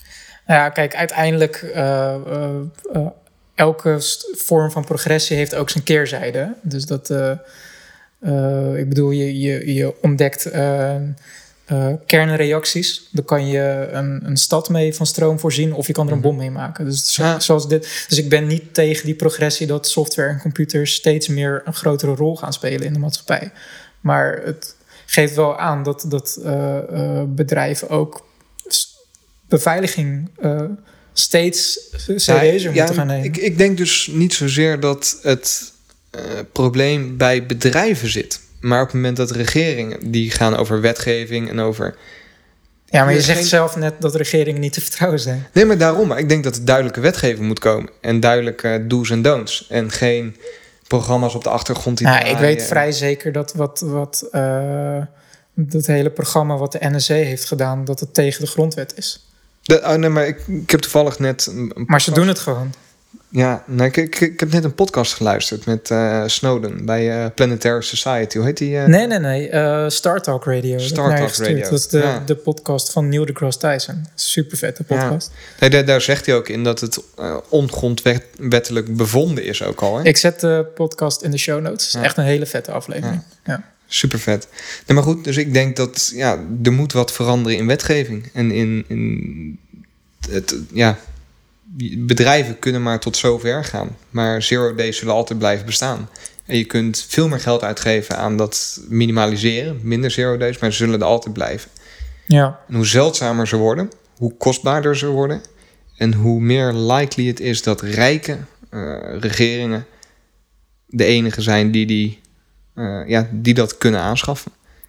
Nou ja, kijk, uiteindelijk... Uh, uh, uh, elke st- vorm van progressie heeft ook zijn keerzijde. Dus dat... Uh, uh, ik bedoel, je, je, je ontdekt... Uh, Uh, kernreacties. Daar kan je een, een stad mee van stroom voorzien of je kan er een bom mee maken. Dus, zo, ja. zoals dit. Dus ik ben niet tegen die progressie dat software en computers steeds meer een grotere rol gaan spelen in de maatschappij. Maar het geeft wel aan dat, dat uh, uh, bedrijven ook beveiliging uh, steeds serieuzer ja, moeten ja, gaan nemen. Ik, ik denk dus niet zozeer dat het uh, probleem bij bedrijven zit. Maar op het moment dat regeringen... die gaan over wetgeving en over... Ja, maar je zegt geen... zelf net dat regeringen niet te vertrouwen zijn. Nee, maar daarom. Maar ik denk dat er duidelijke wetgeving moet komen. En duidelijke do's en don'ts. En geen programma's op de achtergrond die... Nou, ik weet en... vrij zeker dat wat... wat uh, dat hele programma wat de N S A heeft gedaan... dat het tegen de grondwet is. De, oh nee, maar ik, ik heb toevallig net... Een, een maar ze doen het gewoon. Ja, nou, ik, ik, ik heb net een podcast geluisterd met uh, Snowden bij uh, Planetary Society. Hoe heet die? Uh? Nee, nee, nee. Uh, Star Talk Radio. Star Talk Radio. Dat is de, ja. de podcast van Neil deGrasse Tyson. Super vette podcast. Ja. Nee, daar, daar zegt hij ook in dat het uh, ongrondwettelijk bevonden is ook al. Hè? Ik zet de podcast in de show notes. Ja. Echt een hele vette aflevering. Ja. Ja. Super vet. Nee, maar goed, dus ik denk dat ja, er moet wat veranderen in wetgeving. En in, in het, ja... bedrijven kunnen maar tot zover gaan. Maar zero days zullen altijd blijven bestaan. En je kunt veel meer geld uitgeven aan dat minimaliseren. Minder zero days, maar ze zullen er altijd blijven. Ja. En hoe zeldzamer ze worden, hoe kostbaarder ze worden... en hoe meer likely het is dat rijke uh, regeringen... de enige zijn die, die, uh, ja, die dat kunnen aanschaffen.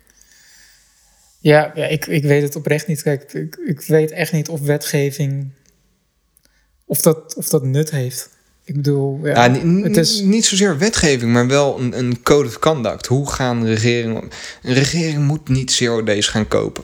Ja, ja ik, ik weet het oprecht niet. Kijk, ik, ik weet echt niet of wetgeving... Of dat, of dat nut heeft. Ik bedoel, ja, ja, n- het is... niet zozeer wetgeving, maar wel een, een code of conduct. Hoe gaan regeringen... Een regering moet niet zero days gaan kopen.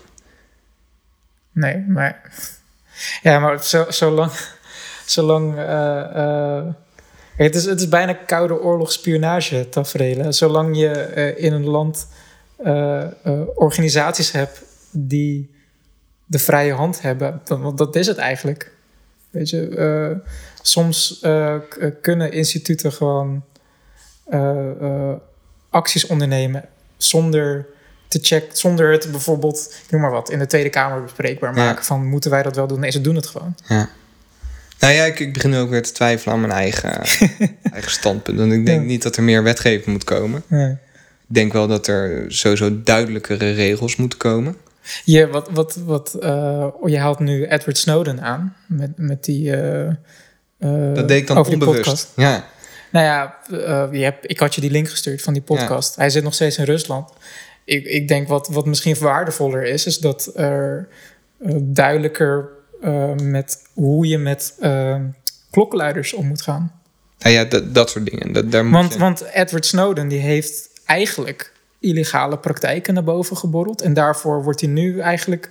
Nee, maar... Ja, maar zo, zolang... zolang uh, uh, het, is, het is bijna koude oorlog spionage taferelen. Zolang je uh, in een land uh, uh, organisaties hebt die de vrije hand hebben. Want dat is het eigenlijk. Weet je, uh, soms uh, k- kunnen instituten gewoon uh, uh, acties ondernemen zonder te checken, zonder het bijvoorbeeld, ik noem maar wat, in de Tweede Kamer bespreekbaar maken. Ja. Van, moeten wij dat wel doen? Nee, ze doen het gewoon. Ja. Nou ja, ik, ik begin ook weer te twijfelen aan mijn eigen, eigen standpunt. Want ik denk ja. niet dat er meer wetgeving moet komen. Ja. Ik denk wel dat er sowieso duidelijkere regels moeten komen. Ja, wat, wat, wat, uh, je haalt nu Edward Snowden aan met, met die... Uh, uh, dat deed ik dan onbewust. Ja. Nou ja, uh, je hebt, ik had je die link gestuurd van die podcast. Ja. Hij zit nog steeds in Rusland. Ik, ik denk wat, wat misschien waardevoller is... is dat er uh, duidelijker uh, met hoe je met uh, klokkenluiders om moet gaan. Nou ja, dat, dat soort dingen. Dat, daar moet want, je... want Edward Snowden die heeft eigenlijk... illegale praktijken naar boven geborreld. En daarvoor wordt hij nu eigenlijk...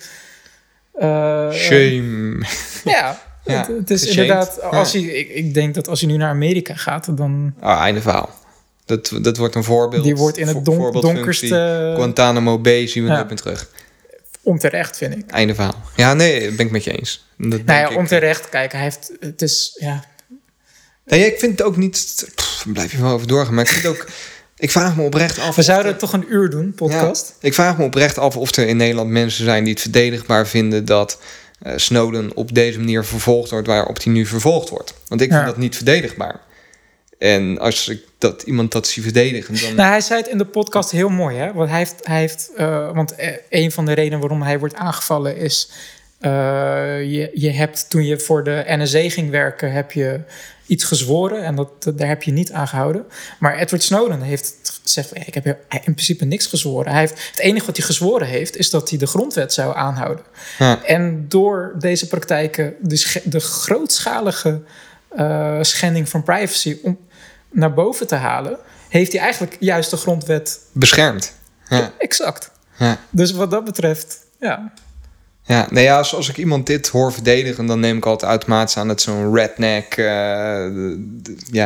Uh, Shame. Ja, ja het, het is Shamed. Inderdaad... Als ja. hij, ik, ik denk dat als hij nu naar Amerika gaat, dan... Oh, einde verhaal. Dat, dat wordt een voorbeeld. Die wordt in het don- donkerste... Guantanamo Bay zien we ja. nooit meer terug. Onterecht, vind ik. Einde verhaal. Ja, nee, dat ben ik met je eens. Dat nou ja, onterecht. Kijk, hij heeft... Het is... Ja. Nee, ik vind het ook niet... Pff, blijf je wel over doorgaan. Maar ik vind ook... Ik vraag me oprecht af... We zouden er... toch een uur doen, podcast? Ja, ik vraag me oprecht af of er in Nederland mensen zijn... die het verdedigbaar vinden dat uh, Snowden op deze manier vervolgd wordt... waarop hij nu vervolgd wordt. Want ik ja. vind dat niet verdedigbaar. En als ik dat, iemand dat zie verdedigen... dan... Nou, hij zei het in de podcast heel mooi, hè? Want hij heeft... Hij heeft uh, want een van de redenen waarom hij wordt aangevallen is... Uh, je, je hebt, toen je voor de N S A ging werken... heb je iets gezworen en dat, daar heb je niet aan gehouden. Maar Edward Snowden heeft gezegd... ik heb in principe niks gezworen. Hij heeft, het enige wat hij gezworen heeft... is dat hij de grondwet zou aanhouden. Ja. En door deze praktijken... de, de grootschalige uh, schending van privacy... om naar boven te halen... heeft hij eigenlijk juist de grondwet... beschermd. Ja. Exact. Ja. Dus wat dat betreft... ja. Ja, nou ja, als, als ik iemand dit hoor verdedigen... dan neem ik altijd automatisch aan dat zo'n redneck... Uh, d- d- ja.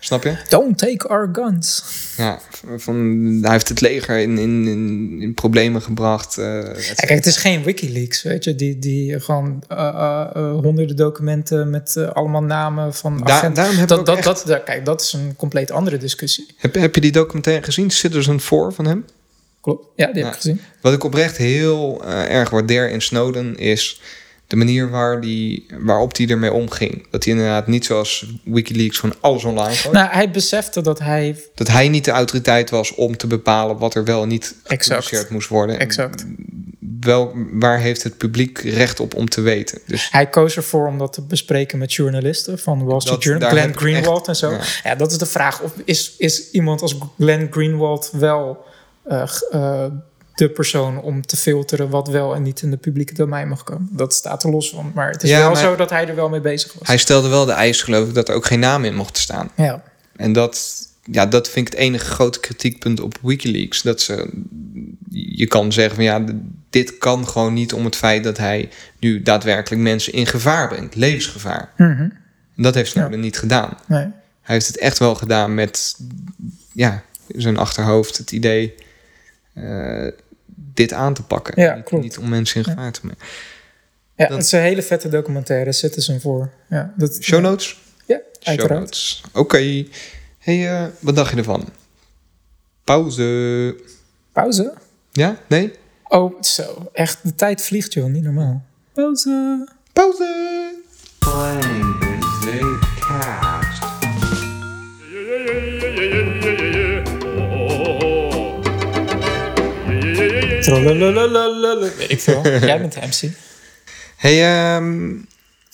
Snap je? Don't take our guns. Ja, van, hij heeft het leger in, in, in, in problemen gebracht. Uh, ja, kijk, het is geen WikiLeaks, weet je. Die, die gewoon uh, uh, uh, honderden documenten met uh, allemaal namen van da- agenten. Daarom heb dat, ik dat, echt... dat, dat, kijk, dat is een compleet andere discussie. Heb, heb je die documentaire gezien? Citizen four van hem? Klopt, ja, die Ja. heb ik gezien. Wat ik oprecht heel uh, erg waardeer in Snowden is de manier waar die, waarop hij ermee omging. Dat hij inderdaad niet zoals WikiLeaks gewoon alles online gooit. Nou, hij besefte dat hij... Dat hij niet de autoriteit was om te bepalen wat er wel en niet Exact. gepubliceerd moest worden. Exact. Wel, waar heeft het publiek recht op om te weten? Dus Hij koos ervoor om dat te bespreken met journalisten van Wall Street Dat- Journal, daar Glenn heb ik Greenwald echt- en zo. ja. Ja. dat is de vraag. Of is, is iemand als Glenn Greenwald wel uh, uh, de persoon om te filteren wat wel en niet in de publieke domein mag komen? Dat staat er los van. Maar het is Ja, wel maar- zo dat hij er wel mee bezig was. hij stelde wel de eis, geloof ik, dat er ook geen naam in mocht staan. Ja. En dat, ja, dat vind ik het enige grote kritiekpunt op WikiLeaks. Dat ze, je kan zeggen van ja, dit kan gewoon niet om het feit dat hij nu daadwerkelijk mensen in gevaar brengt. Levensgevaar. Mhm. En dat heeft Snowden Ja. niet gedaan. Nee. Hij heeft het echt wel gedaan met ja, in zijn achterhoofd het idee uh, dit aan te pakken. Ja, niet, klopt. niet om mensen in gevaar te brengen. Ja, Dat- het is een hele vette documentaire. Citizen voor. Ja, dat, Show notes? Ja, Show uiteraard. notes. Oké. Okay. Hey, uh, wat dacht je ervan? Pauze. Pauze? Ja? Nee? Oh, zo. Echt, de tijd vliegt, joh. Niet normaal. Pauze. Pauze. Playing the Zapecast. Trolalalalala. Weet ik veel. Jij bent de M C. Hey, um,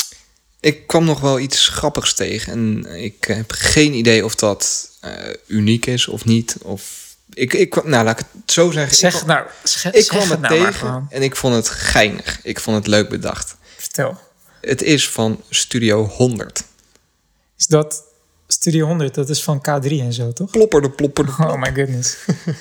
ik kwam nog wel iets grappigs tegen. En ik heb geen idee of dat uh, uniek is of niet. Of ik, ik, kwam- nou, laat ik het zo zeggen. Zeg ik het kwam, nou. Zeg, ik zeg kwam het het nou maar tegen gewoon. en ik vond het geinig. Ik vond het leuk bedacht. Vertel. Het is van Studio honderd. Is dat Studio honderd? Dat is van K drie en zo, toch? Plopper de plopper de plop. Oh my goodness.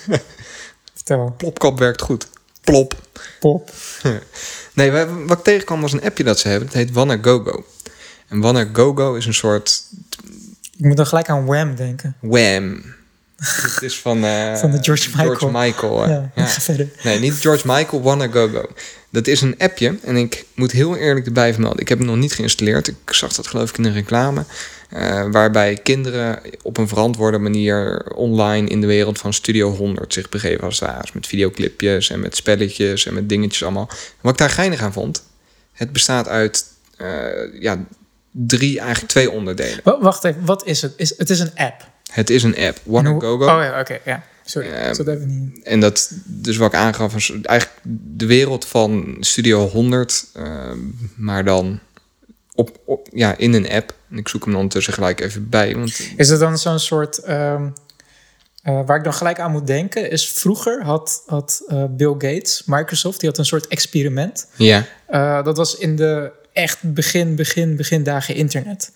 Vertel. Plopkap werkt goed. Plop. Pop. Nee, wa- wat ik tegenkwam was een appje dat ze hebben. Het heet WannaGoGo. En WannaGoGo is een soort Ik moet dan gelijk aan Wham denken. Wham. Het is van, uh, Van de George Michael. George Michael hè. Ja, Ja. ga verder. Nee, niet George Michael, WannaGoGo. Dat is een appje en ik moet heel eerlijk erbij vermelden. Ik heb hem nog niet geïnstalleerd. Ik zag dat geloof ik in een reclame. Uh, waarbij kinderen op een verantwoorde manier online in de wereld van Studio honderd zich begeven als het ware. Dus met videoclipjes en met spelletjes en met dingetjes allemaal. Wat ik daar geinig aan vond, het bestaat uit uh, ja, drie, eigenlijk twee onderdelen. W- Wacht even, wat is het? Is, het is een app. Het is een app, En hoe- WannaGoGo. Oh ja, oké, ja. Sorry, Ja. ik zat even niet... En dat, dus wat ik aangaf, is eigenlijk de wereld van Studio honderd, uh, maar dan op, op, ja, in een app. En ik zoek hem ondertussen gelijk even bij. Want Is het dan zo'n soort... ehm, uh, waar ik dan gelijk aan moet denken... is vroeger had, had uh, Bill Gates, Microsoft... die had een soort experiment. ja, Uh, dat was in de echt begin, begin, begindagen internet.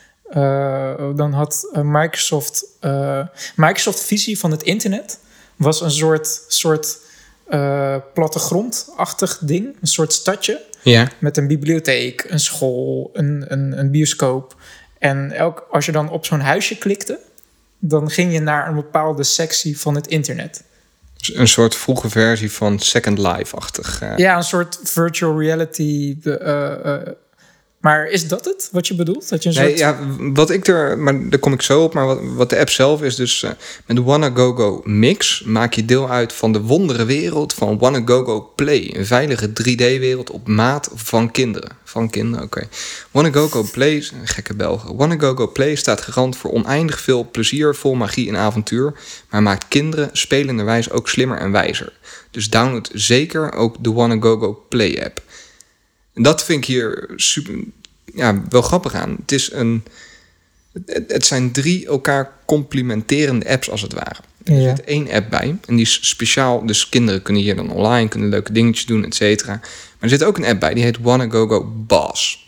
Uh, dan had uh, Microsoft... Uh, Microsoft visie van het internet... was een soort, soort uh, plattegrondachtig ding. Een soort stadje. ja, Met een bibliotheek, een school, een, een, een bioscoop. En elk, als je dan op zo'n huisje klikte... dan ging je naar een bepaalde sectie van het internet. een soort vroege versie van Second Life-achtig. Uh. Ja, een soort virtual reality. Uh, uh, maar is dat het wat je bedoelt? Dat je een Nee, soort... ja, wat ik er, maar daar kom ik zo op. Maar wat, wat de app zelf is, dus uh, met de WannaGoGo Mix maak je deel uit van de wondere wereld van WannaGoGo Play. Een veilige drie D-wereld op maat van kinderen. Van kinderen, oké. Okay. WannaGoGo Play, een gekke Belgen. WannaGoGo Play staat garant voor oneindig veel plezier, vol magie en avontuur. Maar maakt kinderen spelenderwijs ook slimmer en wijzer. Dus download zeker ook de WannaGoGo Play app. En dat vind ik hier super, ja, wel grappig aan. Het is een, het, het zijn drie elkaar complementerende apps als het ware. Er Ja. zit één app bij en die is speciaal. Dus kinderen kunnen hier dan online, kunnen leuke dingetjes doen, et cetera. Maar er zit ook een app bij, die heet WannaGoGo Boss.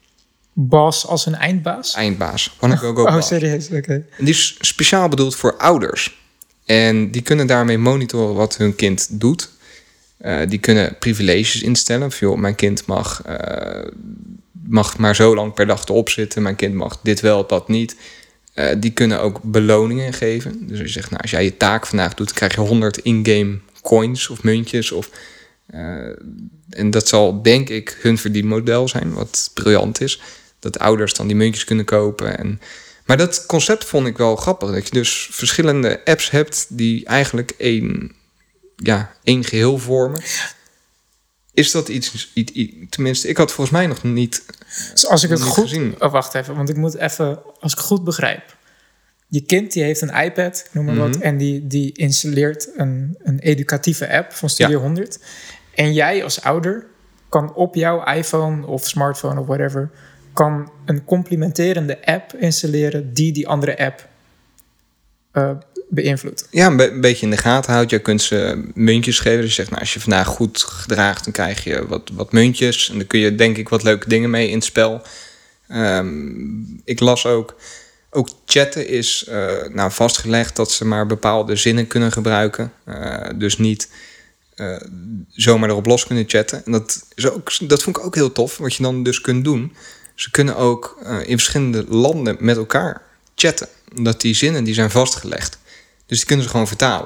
Baas als een eindbaas? Eindbaas. WannaGoGo Oh, Boss. serieus? Oké. En die is speciaal bedoeld voor ouders. En die kunnen daarmee monitoren wat hun kind doet. Uh, die kunnen privileges instellen. Of joh, mijn kind mag, uh, mag maar zo lang per dag erop zitten. Mijn kind mag dit wel, dat niet. Uh, die kunnen ook beloningen geven. Dus als je zegt, nou, als jij je taak vandaag doet, krijg je honderd in-game coins of muntjes. Of, uh, en dat zal, denk ik, hun verdienmodel zijn, wat briljant is. Dat ouders dan die muntjes kunnen kopen. En, maar dat concept vond ik wel grappig. Dat je dus verschillende apps hebt die eigenlijk één, ja, één geheel vormen. Is dat iets, iets, iets... Tenminste, ik had volgens mij nog niet... Dus als ik het niet goed... gezien. Oh, wacht even, want ik moet even... Als ik goed begrijp. Je kind die heeft een iPad, ik noem maar Mhm. wat... en die, die installeert een, een educatieve app van Studio Ja. honderd. En jij als ouder kan op jouw iPhone of smartphone of whatever... kan een complementerende app installeren... die die andere app uh, beïnvloedt. Ja, een, be- een beetje in de gaten houdt. Je kunt ze muntjes geven. Dus je zegt, nou, als je vandaag goed gedraagt... dan krijg je wat, wat muntjes. En dan kun je denk ik wat leuke dingen mee in het spel. Um, ik las ook... Ook chatten is uh, nou, vastgelegd dat ze maar bepaalde zinnen kunnen gebruiken. Uh, dus niet uh, zomaar erop los kunnen chatten. En dat, is ook, dat vond ik ook heel tof, wat je dan dus kunt doen. Ze kunnen ook uh, in verschillende landen met elkaar chatten. Omdat die zinnen die zijn vastgelegd. Dus die kunnen ze gewoon vertalen.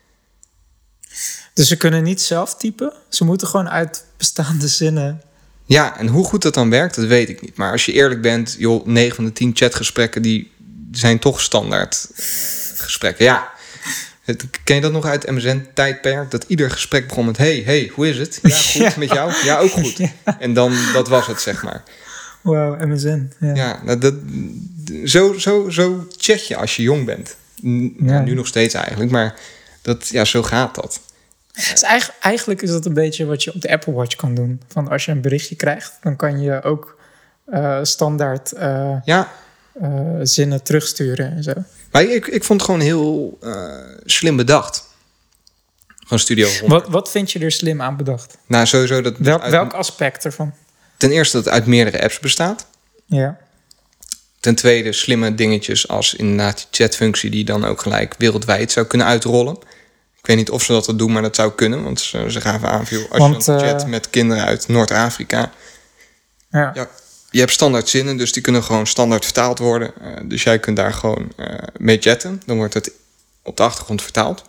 Dus ze kunnen niet zelf typen. Ze moeten gewoon uit bestaande zinnen... Ja, en hoe goed dat dan werkt, dat weet ik niet. Maar als je eerlijk bent, joh, negen van de tien chatgesprekken... die zijn toch standaard uh, gesprekken. Ja, het, ken je dat nog uit het M S N-tijdperk? Dat ieder gesprek begon met... hey, hey, hoe is het? Ja, goed, Ja. met jou? Ja, ook goed. Ja. En dan, dat was het, zeg maar. Wauw, M S N. Ja. Ja, nou, dat, zo, zo, zo chat je als je jong bent. N- Ja. nou, nu nog steeds eigenlijk, maar dat, ja, zo gaat dat. Dus eigenlijk, eigenlijk is dat een beetje wat je op de Apple Watch kan doen. Van als je een berichtje krijgt, dan kan je ook uh, standaard uh, Ja, uh, zinnen terugsturen en zo. maar ik, ik vond het gewoon heel uh, slim bedacht. Van Studio honderd. Wat, wat vind je er slim aan bedacht? Nou, sowieso dat... Welk, uit- welk aspect ervan? Ten eerste dat het uit meerdere apps bestaat. Ja. Ten tweede slimme dingetjes als inderdaad die chatfunctie... die dan ook gelijk wereldwijd zou kunnen uitrollen. Ik weet niet of ze dat al doen, maar dat zou kunnen. Want ze, ze gaven aan, joh, als Want, je dan chat uh, met kinderen uit Noord-Afrika... Ja. Ja, je hebt standaard zinnen, dus die kunnen gewoon standaard vertaald worden. Uh, dus jij kunt daar gewoon uh, mee chatten. Dan wordt het op de achtergrond vertaald.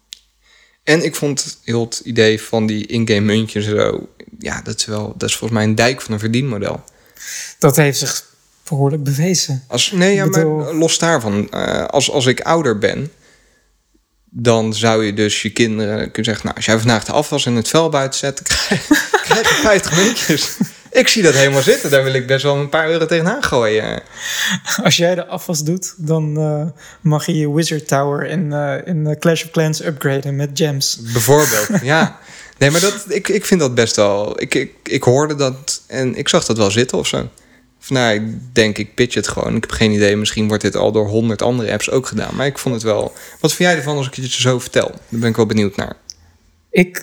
En ik vond heel het idee van die in-game muntjes en zo... Ja, dat is, wel, dat is volgens mij een dijk van een verdienmodel. Dat heeft zich behoorlijk bewezen. Als, nee, ja, Ik bedoel- maar los daarvan. Uh, als, als ik ouder ben... dan zou je dus je kinderen kunnen zeggen... nou, als jij vandaag de afwas in het vuil buiten zet... dan krijg, krijg je vijftig muntjes. Ik zie dat helemaal zitten. Daar wil ik best wel een paar euro tegenaan gooien. Als jij de afwas doet, dan uh, mag je je Wizard Tower in, uh, in uh, Clash of Clans upgraden met gems. Bijvoorbeeld, ja. Nee, maar dat, ik, ik vind dat best wel... Ik, ik, ik hoorde dat en ik zag dat wel zitten of zo. Of nou, ik denk, ik pitch het gewoon. Ik heb geen idee, misschien wordt dit al door honderd andere apps ook gedaan. Maar ik vond het wel... Wat vind jij ervan als ik het je zo vertel? Daar ben ik wel benieuwd naar. Ik,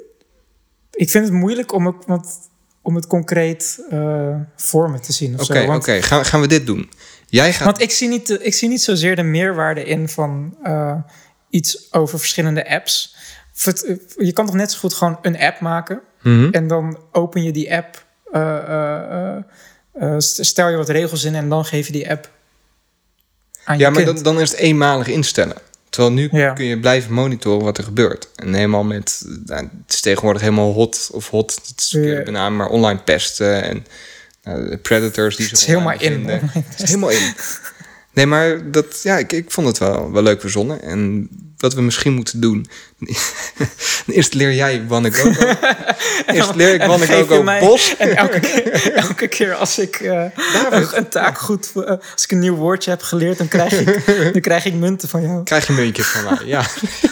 ik vind het moeilijk om het, want, om het concreet uh, voor me te zien. of Oké, zo. oké. Want- Okay. Gaan, gaan we dit doen? Jij gaat... Want ik zie, niet, ik zie niet zozeer de meerwaarde in van uh, iets over verschillende apps. Vert- Je kan toch net zo goed gewoon een app maken... Mhm. en dan open je die app... Uh, uh, uh, uh, stel je wat regels in en dan geef je die app aan je Ja, maar kind. dan, dan is het eenmalig instellen. Terwijl nu Ja. kun je blijven monitoren wat er gebeurt. En helemaal met... Nou, het is tegenwoordig helemaal hot of hot. Het is Ja. bijna maar online pesten en uh, predators die Het zich is helemaal online in. bevinden. Het is helemaal in. Nee, maar dat, ja, ik, ik vond het wel, wel leuk verzonnen. En wat we misschien moeten doen... Eerst leer jij WannaGogo. Eerst leer ik En geef je WannaGogo mij- Bos. En elke keer, elke keer als ik uh, een, een taak goed... uh, als ik een nieuw woordje heb geleerd... dan krijg ik, dan krijg ik munten van jou. Krijg je muntjes van mij, ja.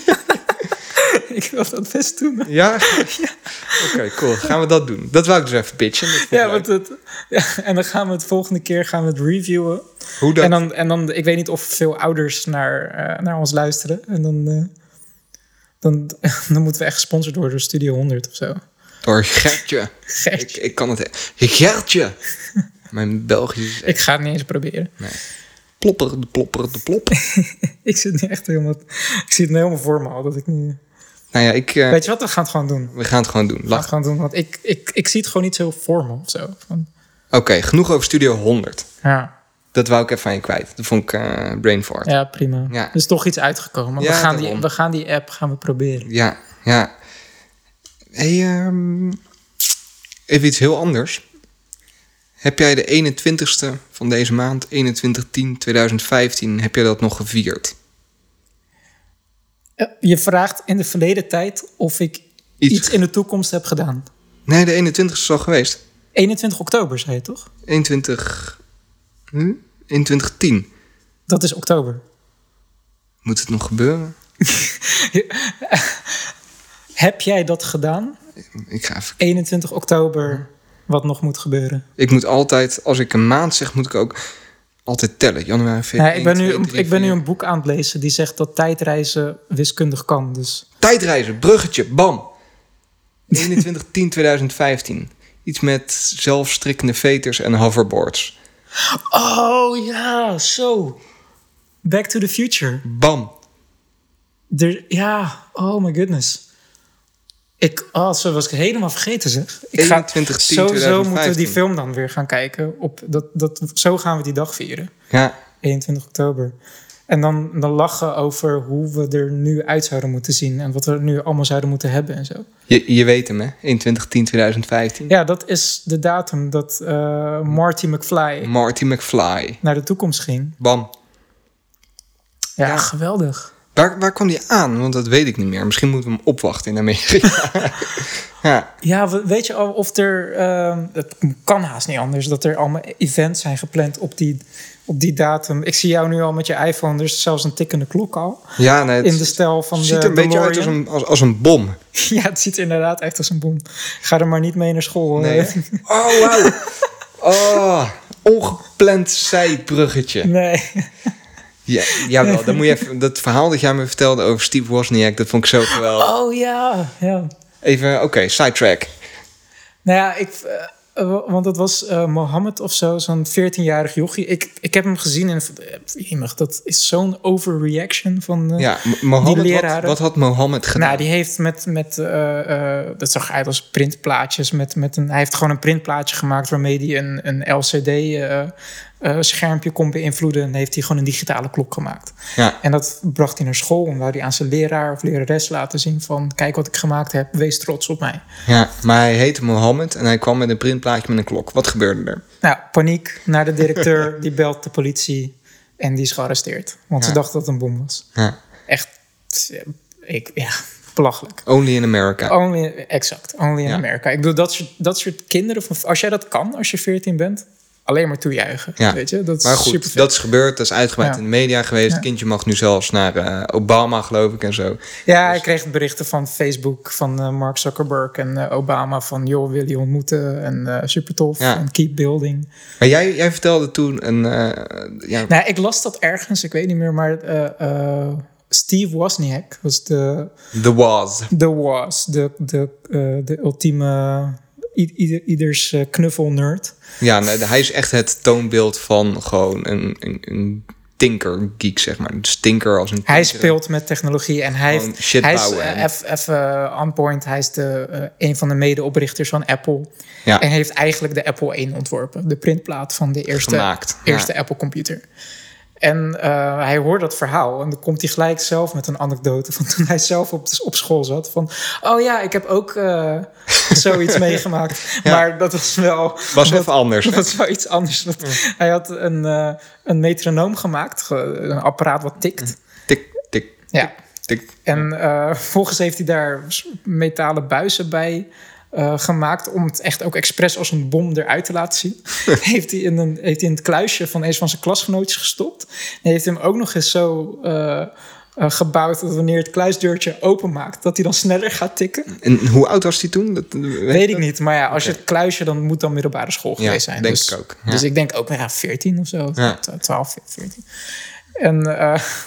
Ik wil dat best doen. Ja? Oké, cool. Gaan we dat doen. Dat wou ik dus even pitchen. Dat vond ik Ja, leuk. want het, ja, en dan gaan we het volgende keer gaan we het reviewen. Hoe dat... En dan, en dan, ik weet niet of veel ouders naar, uh, naar ons luisteren. En dan, uh, dan, dan moeten we echt gesponsord worden door Studio honderd of zo. Door Gertje. Gek. Ik, ik kan het... Gertje. Mijn Belgisch is echt Ik ga het niet eens proberen. plopper, de plopper, de plop. Ik zit nu echt helemaal... Ik zie het nu helemaal voor me al. Dat ik nu... Nou ja, ik... Uh, Weet je wat? We gaan het gewoon doen. we gaan het gewoon doen. We gaan het Lach. gewoon doen. Want ik, ik, ik zie het gewoon niet zo voor me of zo. Van, Oké, genoeg over Studio honderd. ja. dat wou ik even aan je kwijt. Dat vond ik uh, brain fart. Ja, prima. Ja. Er is toch iets uitgekomen. Ja, we, gaan die, daarom. we gaan die app gaan we proberen. Ja, ja. Hey, um, even iets heel anders. Heb jij de eenentwintigste van deze maand, eenentwintig tien tweeduizend vijftien, heb jij dat nog gevierd? Uh, je vraagt in de verleden tijd of ik Iets. iets, in de toekomst heb gedaan. Nee, de eenentwintigste is al geweest. eenentwintig oktober, zei je toch? eenentwintig... Hm? eenentwintig tien. Dat is oktober. Moet het nog gebeuren? Heb jij dat gedaan? Ik ga even... eenentwintig oktober, wat nog moet gebeuren. Ik moet altijd, als ik een maand zeg, moet ik ook altijd tellen. Januari, februari. Nee, ik ben, nu, twee, drie, ik ben nu vier. een boek aan het lezen die zegt dat tijdreizen wiskundig kan. Dus Tijdreizen, bruggetje, bam. eenentwintig tien tweeduizend vijftien. Iets met zelfstrikkende veters en hoverboards. oh ja, zo. Back to the Future. Bam. Er, ja, oh my goodness. Ik, oh, zo was ik helemaal vergeten, zeg. Ik ga eenentwintig tien sowieso tweeduizend moeten we die vijftien. film dan weer gaan kijken. Op dat, dat, zo gaan we die dag vieren. Ja, eenentwintig oktober. En dan, dan lachen over hoe we er nu uit zouden moeten zien. En wat we er nu allemaal zouden moeten hebben en zo. je, je weet hem, hè? eenentwintig tien tweeduizend vijftien. Ja, dat is de datum dat uh, Marty McFly Marty McFly. naar de toekomst ging. Bam. Ja, Ja. geweldig. Waar, waar kwam die aan? Want dat weet ik niet meer. Misschien moeten we hem opwachten in Amerika. ja. Ja, we- weet je al of er... Uh, het kan haast niet anders. Dat er allemaal events zijn gepland op die, op die datum. Ik zie jou nu al met je iPhone. Er is zelfs een tikkende klok al. ja, nee, het In de stijl van het de ziet er een beetje uit als DeLorean. een, als, als een bom. Ja, het ziet er inderdaad echt als een bom. Ga er maar niet mee naar school. Nee. eh. Oh, wauw. Oh, ongepland zijbruggetje. nee. Ja, jawel, dan moet je even, dat verhaal dat jij me vertelde over Steve Wozniak, dat vond ik zo geweldig. Oh ja, ja. Even, oké, okay, sidetrack. Nou ja, ik, uh, want het was uh, Mohammed of zo, zo'n veertienjarig jochie. Ik, ik heb hem gezien en jemig, dat is zo'n overreaction van uh, Ja, M- Mohammed, die wat, leraren. wat had Mohammed gedaan? Nou, die heeft met, met uh, uh, dat zag uit als printplaatjes. Met, met een, hij heeft gewoon een printplaatje gemaakt waarmee hij een, een L C D uh, uh, schermpje kon beïnvloeden. En heeft hij gewoon een digitale klok gemaakt. Ja. En dat bracht hij naar school en wou hij aan zijn leraar of lerares laten zien van kijk wat ik gemaakt heb, wees trots op mij. ja, maar hij heette Mohammed en hij kwam met een printplaatje met een klok. Wat gebeurde er? Nou, paniek naar de directeur, die belt de politie en die is gearresteerd. Want Ja. ze dachten dat het een bom was. Ja. Echt, ik, ja, belachelijk. Only in America. Only, exact, only in Ja. America. Ik bedoel, dat soort, dat soort kinderen, van, als jij dat kan, als je veertien bent, alleen maar toejuichen. Ja. Weet je? Dat is Maar goed, supervet. dat is gebeurd. Dat is uitgebreid Ja. in de media geweest. Ja. Het kindje mag nu zelfs naar uh, Obama, geloof ik, en zo. Ja, ik kreeg berichten van Facebook, van uh, Mark Zuckerberg en uh, Obama van joh, wil je ontmoeten en uh, super tof Ja. en keep building. Maar jij, jij vertelde toen een... uh, ja, Nou, ik las dat ergens, ik weet niet meer, maar uh, uh, Steve Wozniak was de, The Was. de was, de, de, uh, de ultieme i- ieder, ieders uh, knuffel-nerd. Ja, nee, hij is echt het toonbeeld van gewoon een, een, een tinker geek, zeg maar. Een stinker als een Hij tinker. speelt met technologie en hij, Gewoon heeft, shit hij is bouwen uh, en- eff- even uh, on point. Hij is de, uh, een van de medeoprichters van Apple. Ja. En heeft eigenlijk de Apple één ontworpen. De printplaat van de eerste, Gemaakt, ja. eerste Apple computer. En uh, hij hoort dat verhaal en dan komt hij gelijk zelf met een anekdote van toen hij zelf op, op school zat. Van, oh ja, ik heb ook uh, zoiets meegemaakt. Ja. Maar dat was wel... Was wat- even anders. Dat was wel iets anders. Want Hij had een, uh, een metronoom gemaakt. ge- Een apparaat wat tikt. Tik, tik, Ja. tik. En uh, vervolgens heeft hij daar metalen buizen bij uh, gemaakt... om het echt ook expres als een bom eruit te laten zien. heeft, hij in een, heeft hij in het kluisje van een van zijn klasgenootjes gestopt. En heeft hij hem ook nog eens zo uh, uh, gebouwd... dat wanneer het kluisdeurtje openmaakt... dat hij dan sneller gaat tikken. En hoe oud was hij toen? Dat, weet, Weet je ik dat? niet, maar ja, als Oké. je het kluisje... dan moet dan middelbare school Ja, geweest zijn. denk dus, ik ook, ja. Dus ik denk ook, ja, veertien of zo. Ja. twaalf, veertien. En... Uh,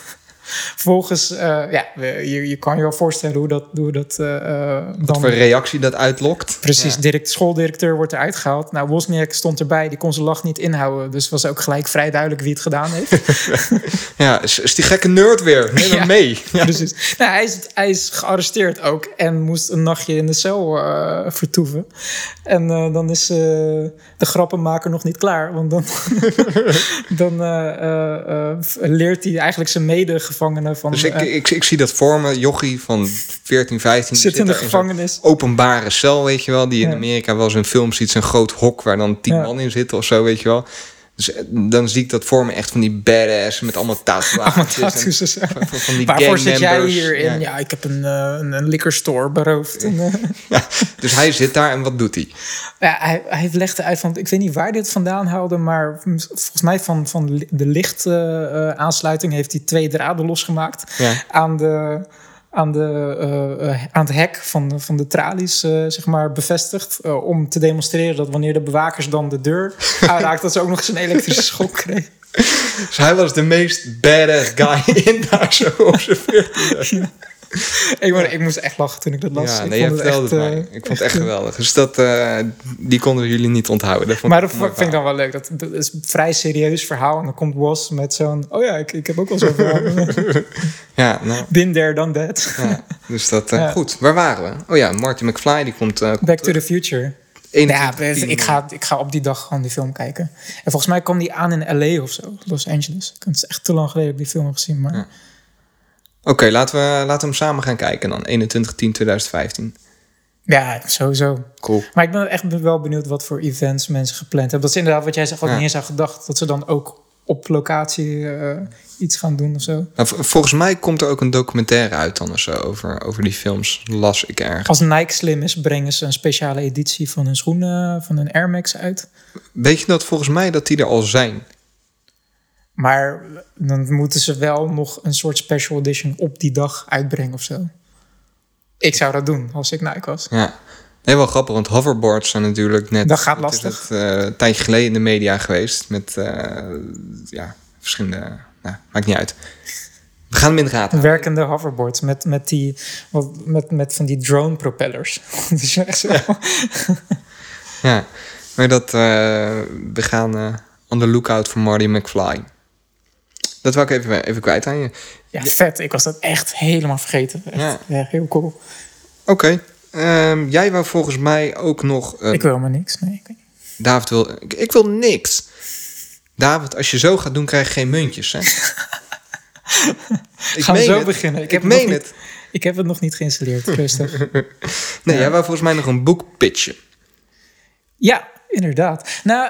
Vervolgens, uh, ja, je, je kan je wel voorstellen hoe dat, hoe dat uh, Wat dan... voor reactie dat uitlokt. Precies, Ja. direct, schooldirecteur wordt eruit gehaald. Nou, Wozniak stond erbij, die kon zijn lach niet inhouden. Dus was ook gelijk vrij duidelijk wie het gedaan heeft. Ja, is, is die gekke nerd weer? Neem hem Ja. mee. Ja. Precies. Nou, hij, is, hij is gearresteerd ook en moest een nachtje in de cel uh, vertoeven. En uh, dan is uh, de grappenmaker nog niet klaar. Want dan, dan uh, uh, uh, leert hij eigenlijk zijn medegevangenen van... Dus ik, uh, ik, ik zie dat voor me, jochie van veertien, vijftien... zit in de zo'n gevangenis. Openbare cel, weet je wel. Die in Ja. Amerika wel eens in films ziet. Zo'n groot hok waar dan tien Ja. man in zitten of zo, weet je wel. Dus eh, dan zie ik dat voor me echt van die badass met allemaal tatoeages. en Tattoos en zo. van, van die Waarvoor zit jij gangmembers. hierin? Ja. Ja, ik heb een, uh, een, een liquor store beroofd. En, uh, Ja, dus hij zit daar en wat doet hij? ja, hij, hij legde uit van... Ik weet niet waar hij het vandaan haalde... maar volgens mij van, van de lichtaansluiting... Uh, heeft hij twee draden losgemaakt... Ja. aan de... Aan, de, uh, uh, aan het hek van de, van de tralies uh, zeg maar bevestigd. Uh, om te demonstreren dat wanneer de bewakers dan de deur aanraakten... dat ze ook nog eens een elektrische schok kregen. Dus hij was de meest badass guy in daar zo op zijn veertiende. ik, maar, ik moest echt lachen toen ik dat las. Ja, ik nee, je vond vertelde het echt, mij. uh, Ik vond het echt geweldig. Dus dat, uh, die konden jullie niet onthouden. Dat vond Maar ik dat een mooi vind ik dan wel leuk. Dat, dat is een vrij serieus verhaal. En dan komt Woz met zo'n... Oh ja, ik, ik heb ook wel zo'n verhaal. verhaal. Ja, nou... Been there, done that. Ja, dus dat, uh, Ja. goed. Waar waren we? Oh ja, Marty McFly, die komt... Uh, komt Back to terug. the Future. eenentwintig Ja, tien. ik ga, ik ga op die dag gewoon die film kijken. En volgens mij kwam die aan in L A of zo. Los Angeles. Het is echt te lang geleden dat ik die film heb gezien. Maar... Ja. Oké, okay, laten, we, laten we hem samen gaan kijken dan. eenentwintig tien tweeduizend vijftien. Ja, sowieso. Cool. Maar ik ben echt wel benieuwd wat voor events mensen gepland hebben. Dat is inderdaad wat jij zegt, ook Ja. niet eens aan gedacht. Dat ze dan ook op locatie uh, iets gaan doen of zo. Nou, v- volgens mij komt er ook een documentaire uit dan of zo over, over die films. Las ik ergens. Als Nike slim is, brengen ze een speciale editie van hun schoenen, van hun Air Max uit. Weet je dat volgens mij dat die er al zijn? Maar dan moeten ze wel nog een soort special edition op die dag uitbrengen of zo. Ik zou dat doen als ik Nike was. Ja. Nee, wel grappig, want hoverboards zijn natuurlijk net... Dat gaat wat is lastig. het, uh, een tijdje geleden in de media geweest. Met uh, ja, verschillende... Nou, maakt niet uit. We gaan hem in de gaten houden. Werkende hoverboards met, met, die, wat, met, met van die drone propellers. Dat is echt zo. Ja. Ja, maar dat... Uh, we gaan uh, on the lookout voor Marty McFly. Dat wou ik even, even kwijt aan je. Ja, vet. Ik was dat echt helemaal vergeten. Echt, Ja. ja, heel cool. Oké. Okay. Um, jij wou volgens mij ook nog... Uh, ik wil maar niks. Nee, ik weet niet. David wil... Ik, ik wil niks. David, als je zo gaat doen, krijg je geen muntjes, hè? Ik Gaan we meen zo het. beginnen? Ik, heb ik het nog meen niet- het. Ik heb het nog niet geïnstalleerd. Rustig. Nee, jij wou volgens mij nog een boek pitchen. Ja, inderdaad. Nou,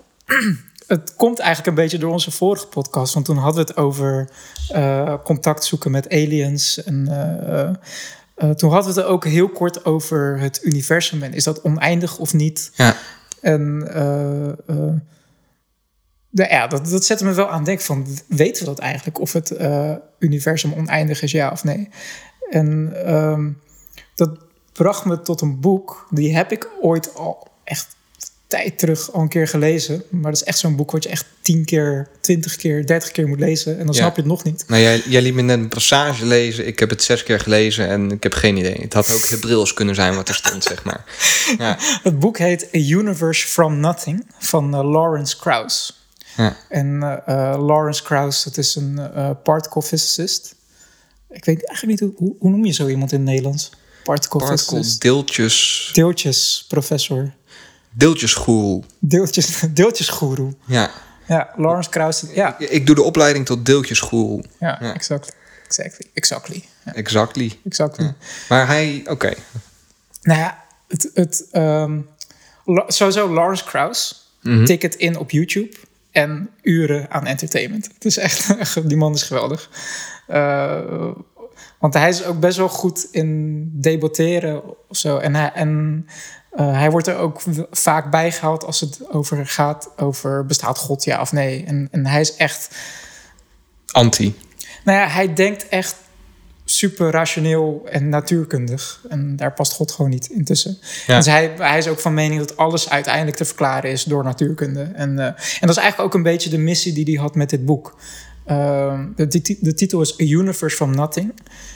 het komt eigenlijk een beetje door onze vorige podcast. Want toen hadden we het over uh, contact zoeken met aliens. En uh, uh, toen hadden we het ook heel kort over het universum. En is dat oneindig of niet? Ja. En uh, uh, de, ja, dat, dat zette me wel aan het denken van... weten we dat eigenlijk? Of het uh, universum oneindig is, ja of nee? En um, dat bracht me tot een boek. Die heb ik ooit al echt tijd terug al een keer gelezen. Maar dat is echt zo'n boek wat je echt tien keer, twintig keer, dertig keer moet lezen. En dan Ja. snap je het nog niet. Nou, jij, jij liet me net een passage lezen. Ik heb het zes keer gelezen en ik heb geen idee. Het had ook Hebreeuws kunnen zijn wat er stond, zeg maar. Ja. Het boek heet A Universe from Nothing van uh, Lawrence Krauss. Ja. En uh, uh, Lawrence Krauss, dat is een uh, particle physicist. Ik weet eigenlijk niet, hoe, hoe noem je zo iemand in het Nederlands? Particle, Particle physicist. deeltjes... Deeltjes professor. Deeltjesgoeroe. Deeltjes, deeltjesgoeroe. Ja. Ja, Lawrence Krauss. Ja, Ik, ik doe de opleiding tot deeltjesgoeroe. ja, Ja. exact. Exactly. Exactly. Ja, Exactly. exactly. Ja. Maar hij... Oké. Okay. Nou ja, het, het, um, La- sowieso Lawrence Krauss. Mhm. Tik het in op YouTube. En uren aan entertainment. Het is echt, die man is geweldig. Uh, want hij is ook best wel goed in debatteren of zo. En hij, en, uh, hij wordt er ook w- vaak bijgehaald als het over gaat over bestaat God, ja of nee. En, en hij is echt... Anti. Nou ja, hij denkt echt super rationeel en natuurkundig. En daar past God gewoon niet intussen. Ja. Dus hij, hij is ook van mening dat alles uiteindelijk te verklaren is door natuurkunde. En, uh, en dat is eigenlijk ook een beetje de missie die hij had met dit boek. Uh, Uh, de, de, de titel is A Universe from Nothing.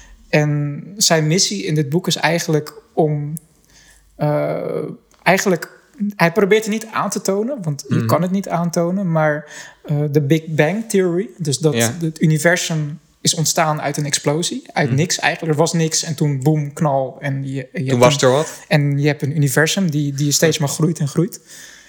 En zijn missie in dit boek is eigenlijk om... Uh, eigenlijk, hij probeert het niet aan te tonen, want je mm-hmm. kan het niet aantonen. Maar uh, de Big Bang Theory, dus dat ja. het universum is ontstaan uit een explosie. Uit mm. niks eigenlijk. Er was niks en toen boem, knal. En je, je toen was er wat. En je hebt een universum die, die steeds maar groeit en groeit.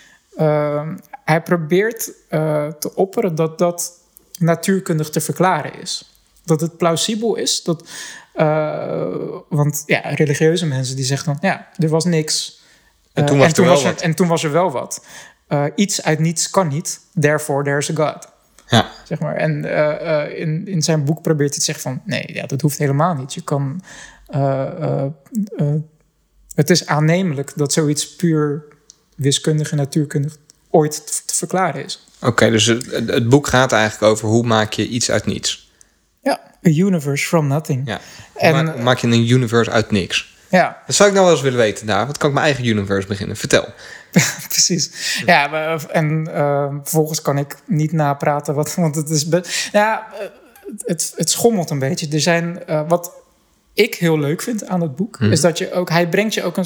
Uh, hij probeert uh, te opperen dat dat natuurkundig te verklaren is. Dat het plausibel is. Dat, uh, want ja, religieuze mensen die zeggen dan... ja, er was niks. En toen was, uh, en toen er, was wel er, en toen was er wel wat. Uh, iets uit niets kan niet. Therefore, there's a God. Ja. Zeg maar. En uh, uh, in, in zijn boek probeert hij te zeggen van... nee, ja, dat hoeft helemaal niet. Je kan... Uh, uh, uh, het is aannemelijk dat zoiets puur wiskundig en natuurkundig... ooit te, te verklaren is. Oké, okay, dus het, het boek gaat eigenlijk over... hoe maak je iets uit niets? Ja, a universe from nothing. Ja. En, hoe, maak, hoe maak je een universe uit niks? Ja. Dat zou ik nou wel eens willen weten, daar. Wat kan ik mijn eigen universe beginnen? Vertel. Precies. Ja, en uh, vervolgens kan ik niet napraten. Wat, want het is... Be- ja, het, het schommelt een beetje. Er zijn... Uh, wat ik heel leuk vind aan het boek... Hmm. is dat je ook... Hij brengt je ook een...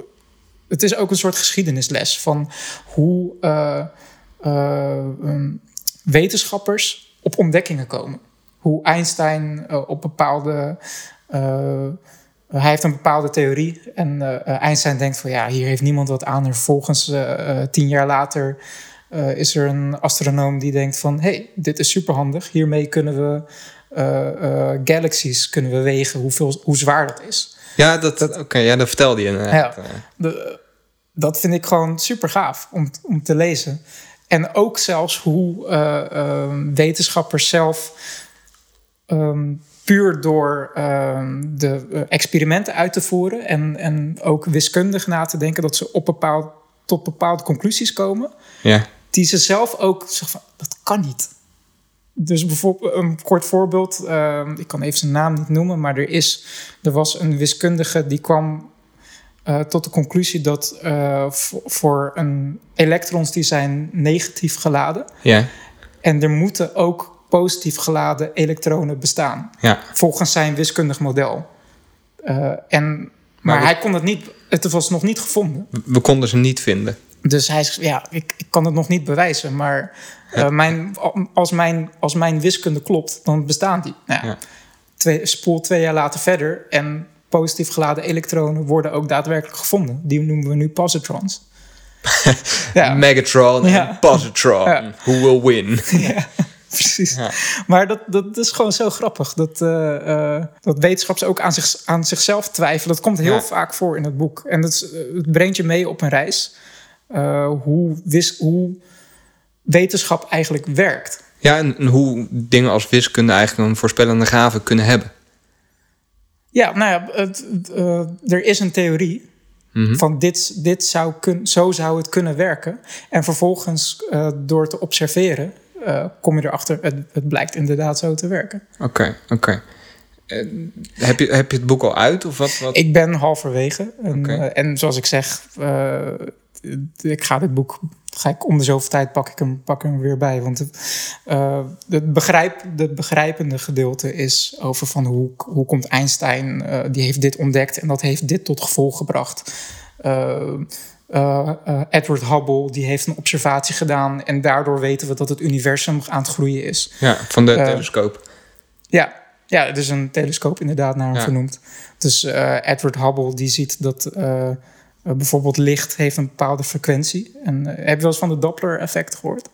Het is ook een soort geschiedenisles... van hoe uh, uh, um, wetenschappers op ontdekkingen komen. Hoe Einstein uh, op bepaalde... Uh, Hij heeft een bepaalde theorie en uh, Einstein denkt van... ja, hier heeft niemand wat aan. En vervolgens, uh, uh, tien jaar later, uh, is er een astronoom die denkt van... hé, hey, dit is superhandig. Hiermee kunnen we uh, uh, galaxies kunnen we wegen, hoeveel, hoe zwaar dat is. Ja, dat, dat, okay, ja, dat vertelde je. Uh, ja, de, dat vind ik gewoon super gaaf om, om te lezen. En ook zelfs hoe uh, uh, wetenschappers zelf... Um, puur door uh, de uh, experimenten uit te voeren... En, en ook wiskundig na te denken... dat ze op bepaald, tot bepaalde conclusies komen... Ja. Die ze zelf ook zeggen van... dat kan niet. Dus bijvoorbeeld een kort voorbeeld... Uh, ik kan even zijn naam niet noemen... maar er, is, er was een wiskundige die kwam uh, tot de conclusie... dat uh, v- voor een elektrons die zijn negatief geladen... Ja. En er moeten ook... positief geladen elektronen bestaan. Ja. Volgens zijn wiskundig model. Uh, en, maar maar we, hij kon het niet... Het was nog niet gevonden. We konden ze niet vinden. Dus hij zegt, ja, ik, ik kan het nog niet bewijzen. Maar uh, mijn, als, mijn, als mijn wiskunde klopt, dan bestaan die. Nou, ja. twee, spoel twee jaar later verder... en positief geladen elektronen worden ook daadwerkelijk gevonden. Die noemen we nu positrons. ja. Megatron en ja. positron. Ja. Who will win? ja. Precies. Ja. Maar dat, dat is gewoon zo grappig. Dat, uh, uh, dat wetenschappers ook aan, zich, aan zichzelf twijfelen. Dat komt heel ja. vaak voor in het boek. En dat is, het brengt je mee op een reis. Uh, hoe, wis, hoe wetenschap eigenlijk werkt. Ja, en, en hoe dingen als wiskunde eigenlijk een voorspellende gave kunnen hebben. Ja, nou ja, het, uh, er is een theorie... Mm-hmm. Van dit, dit zou kun, zo zou het kunnen werken. En vervolgens uh, door te observeren... Uh, kom je erachter, het, het blijkt inderdaad zo te werken. Oké, okay, oké. Okay. Uh, heb, je, heb je het boek al uit? Of wat, wat? Ik ben halverwege. En, okay. uh, en zoals ik zeg, uh, ik ga dit boek... Ga ik om de zoveel tijd pak ik hem, pak hem weer bij. Want uh, het, begrijp, het begrijpende gedeelte is over van hoe, hoe komt Einstein... Uh, die heeft dit ontdekt en dat heeft dit tot gevolg gebracht... Uh, Uh, uh, Edward Hubble die heeft een observatie gedaan... en daardoor weten we dat het universum aan het groeien is. Ja, van de uh, telescoop. Ja, ja, er is een telescoop inderdaad naar hem ja. vernoemd. Dus uh, Edward Hubble die ziet dat uh, uh, bijvoorbeeld licht heeft een bepaalde frequentie. En uh, heb je wel eens van de Doppler-effect gehoord?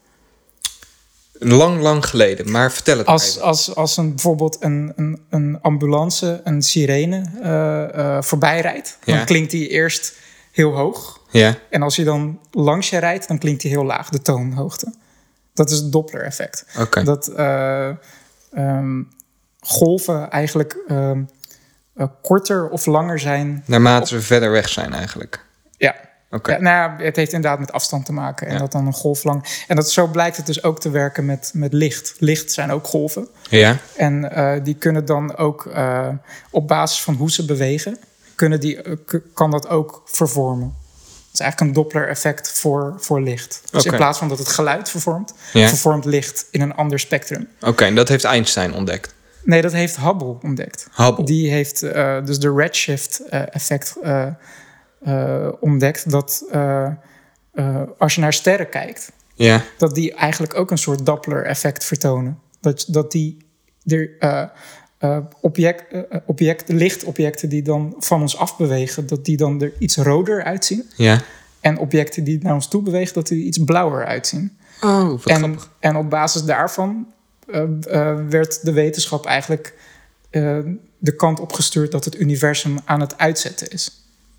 Lang, lang geleden, maar vertel het als, even. Als, als een, bijvoorbeeld een, een, een ambulance, een sirene uh, uh, voorbij rijdt... Ja. dan klinkt die eerst heel hoog... Ja. En als je dan langs je rijdt, dan klinkt hij heel laag, de toonhoogte. Dat is het Doppler-effect. Okay. Dat uh, um, golven eigenlijk uh, uh, korter of langer zijn. Naarmate op... ze verder weg zijn eigenlijk. Ja. Okay. Ja, nou ja, het heeft inderdaad met afstand te maken. En ja. dat dan een golf lang... En dat, zo blijkt het dus ook te werken met, met licht. Licht zijn ook golven. Ja. En uh, die kunnen dan ook uh, op basis van hoe ze bewegen... Kunnen die, uh, k- kan dat ook vervormen. Het is eigenlijk een Doppler-effect voor, voor licht. Dus Oké. in plaats van dat het geluid vervormt, Ja. vervormt licht in een ander spectrum. Oké, okay, en dat heeft Einstein ontdekt. Nee, dat heeft Hubble ontdekt. Hubble. Die heeft uh, dus de redshift-effect uh, uh, ontdekt. Dat uh, uh, als je naar sterren kijkt, Ja. dat die eigenlijk ook een soort Doppler-effect vertonen. Dat, dat die er, uh, uh, object, uh, object, lichtobjecten die dan van ons afbewegen, dat die dan er iets roder uitzien. Ja. En objecten die naar ons toe bewegen, dat die iets blauwer uitzien. Oh, wat en, grappig. en op basis daarvan uh, uh, werd de wetenschap eigenlijk uh, de kant opgestuurd dat het universum aan het uitzetten is.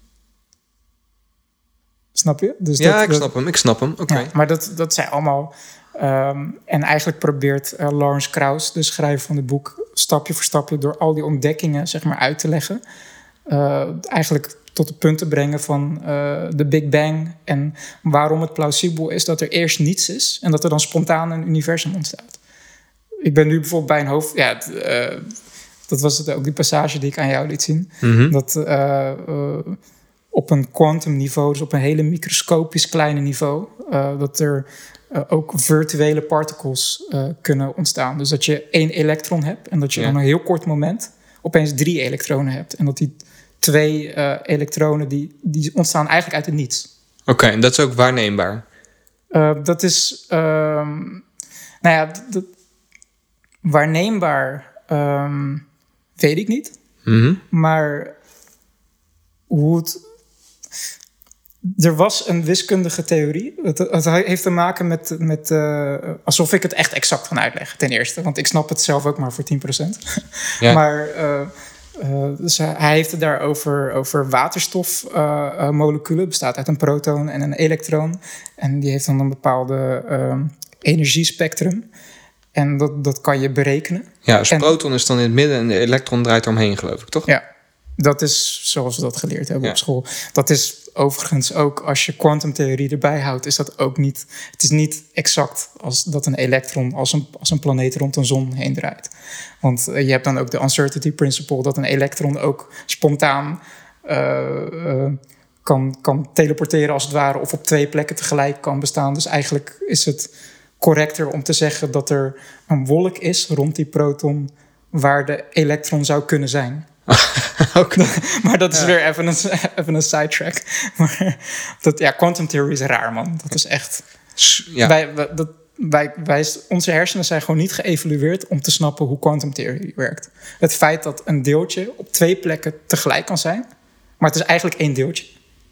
Snap je? Dus Ja, dat, ik dat, snap hem, ik snap hem. Oké. Okay. ja, maar dat, dat zijn allemaal... Um, en eigenlijk probeert uh, Lawrence Krauss, de schrijver van het boek, stapje voor stapje door al die ontdekkingen zeg maar uit te leggen. Uh, eigenlijk tot het punt te brengen van uh, de Big Bang en waarom het plausibel is dat er eerst niets is en dat er dan spontaan een universum ontstaat. Ik ben nu bijvoorbeeld bij een hoofd... Ja, het, uh, dat was het ook, die passage die ik aan jou liet zien. Mm-hmm. Dat uh, uh, op een quantumniveau, dus op een hele microscopisch kleine niveau, uh, dat er uh, ook virtuele particles uh, kunnen ontstaan. Dus dat je één elektron hebt en dat je ja. dan een heel kort moment opeens drie elektronen hebt. En dat die twee uh, elektronen, die, die ontstaan eigenlijk uit het niets. Oké, okay, en dat is ook waarneembaar? Uh, dat is... Uh, nou ja, d- d- waarneembaar um, weet ik niet. Mm-hmm. Maar hoe het... Er was een wiskundige theorie. Het, het heeft te maken met... met uh, alsof ik het echt exact kan uitleggen, ten eerste. Want ik snap het zelf ook maar voor tien procent. Ja. Maar uh, uh, dus hij heeft het daar over, over waterstofmoleculen. Uh, bestaat uit een proton en een elektron. En die heeft dan een bepaalde uh, energiespectrum. En dat, dat kan je berekenen. Ja, dus en, proton is dan in het midden en de elektron draait eromheen, geloof ik, toch? Ja, dat is zoals we dat geleerd hebben ja. op school. Dat is overigens ook, als je kwantumtheorie erbij houdt, is dat ook niet... Het is niet exact als dat een elektron als een, als een planeet rond een zon heen draait. Want uh, je hebt dan ook de uncertainty principle, dat een elektron ook spontaan uh, uh, kan, kan teleporteren als het ware, of op twee plekken tegelijk kan bestaan. Dus eigenlijk is het correcter om te zeggen dat er een wolk is rond die proton waar de elektron zou kunnen zijn. Okay. Maar dat is ja. weer even een, even een sidetrack. Maar dat, ja, quantum theory is raar, man. Dat is echt... Ja. Wij, wij, dat, wij, wij, onze hersenen zijn gewoon niet geëvalueerd om te snappen hoe quantum theory werkt. Het feit dat een deeltje op twee plekken tegelijk kan zijn, maar het is eigenlijk één deeltje.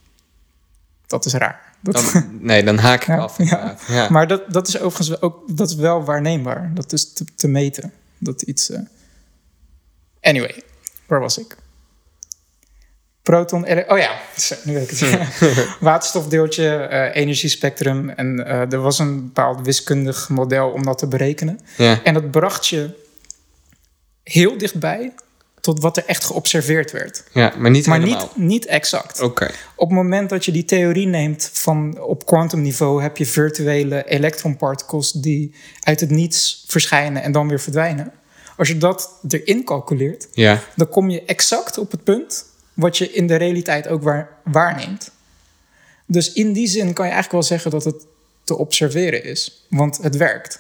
Dat is raar. Dat, dan, nee, dan haak ik ja, af. Ja. Ja. Maar dat, dat is overigens ook dat is wel waarneembaar. Dat is te, te meten. Dat iets... Uh... Anyway, waar was ik? Proton... Oh ja, zo, nu weet ik het. Waterstofdeeltje, uh, energiespectrum. En uh, er was een bepaald wiskundig model om dat te berekenen. Ja. En dat bracht je heel dichtbij tot wat er echt geobserveerd werd. Ja, maar niet maar helemaal. niet, niet exact. Oké. Okay. Op het moment dat je die theorie neemt van op quantumniveau heb je virtuele elektronparticles die uit het niets verschijnen en dan weer verdwijnen. Als je dat erin calculeert, ja. dan kom je exact op het punt wat je in de realiteit ook waar, waarneemt. Dus in die zin kan je eigenlijk wel zeggen dat het te observeren is, want het werkt.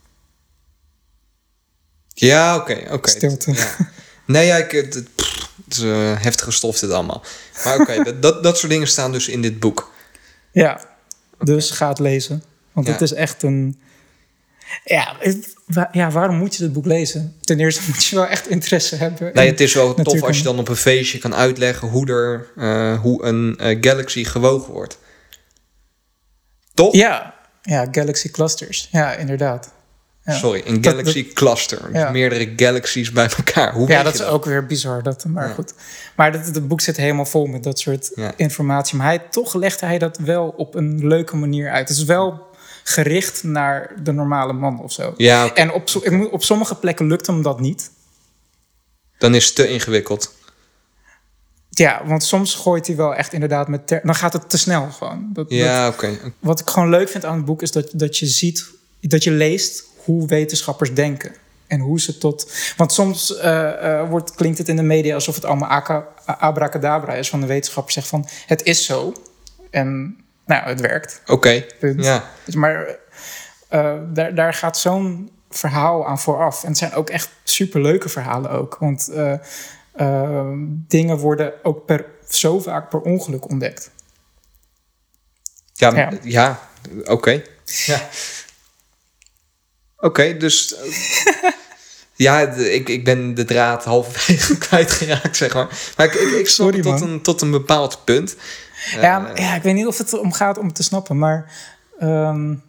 Ja, oké. Okay, okay. Stilte. Ja. Nee, ja, ik, het, het, pff, het is uh, heftige stof dit allemaal. Maar oké, okay, dat, dat, dat soort dingen staan dus in dit boek. Ja, okay. Dus ga het lezen. Want ja. het is echt een... Ja, het, ja, waarom moet je dit boek lezen? Ten eerste moet je wel echt interesse hebben. Nee, het is wel tof als je dan op een feestje kan uitleggen hoe, er, uh, hoe een uh, galaxy gewogen wordt. Toch? Ja, ja, galaxy clusters. Ja, inderdaad. Ja. Sorry, een galaxy dat, cluster. Dus ja. meerdere galaxies bij elkaar. Hoe ja, dat is dat? ook weer bizar. Dat, maar ja. goed. Maar het, het boek zit helemaal vol met dat soort ja. informatie. Maar hij, toch legt hij dat wel op een leuke manier uit. Het is wel gericht naar de normale man of zo. Ja, okay. En op, op sommige plekken lukt hem dat niet. Dan is het te ingewikkeld. Ja, want soms gooit hij wel echt inderdaad met... Ter- dan gaat het te snel gewoon. Dat, ja, oké. Okay. Wat ik gewoon leuk vind aan het boek is dat, dat je ziet... dat je leest hoe wetenschappers denken. En hoe ze tot... Want soms uh, uh, wordt, klinkt het in de media alsof het allemaal aka, abracadabra is van de wetenschapper. Zegt van, het is zo. En nou, het werkt. Oké, okay. Punt. Ja. Dus maar uh, daar, daar gaat zo'n verhaal aan vooraf. En het zijn ook echt superleuke verhalen ook. Want uh, uh, dingen worden ook per, zo vaak per ongeluk ontdekt. Ja, ja. ja oké. Okay. Ja. Oké, okay, dus... Uh, ja, de, ik, ik ben de draad halverwege kwijtgeraakt, zeg maar. Maar ik, ik, ik snap Sorry, het tot een, tot een bepaald punt. Ja, uh, ja, ik weet niet of het om gaat om het te snappen, maar... Um,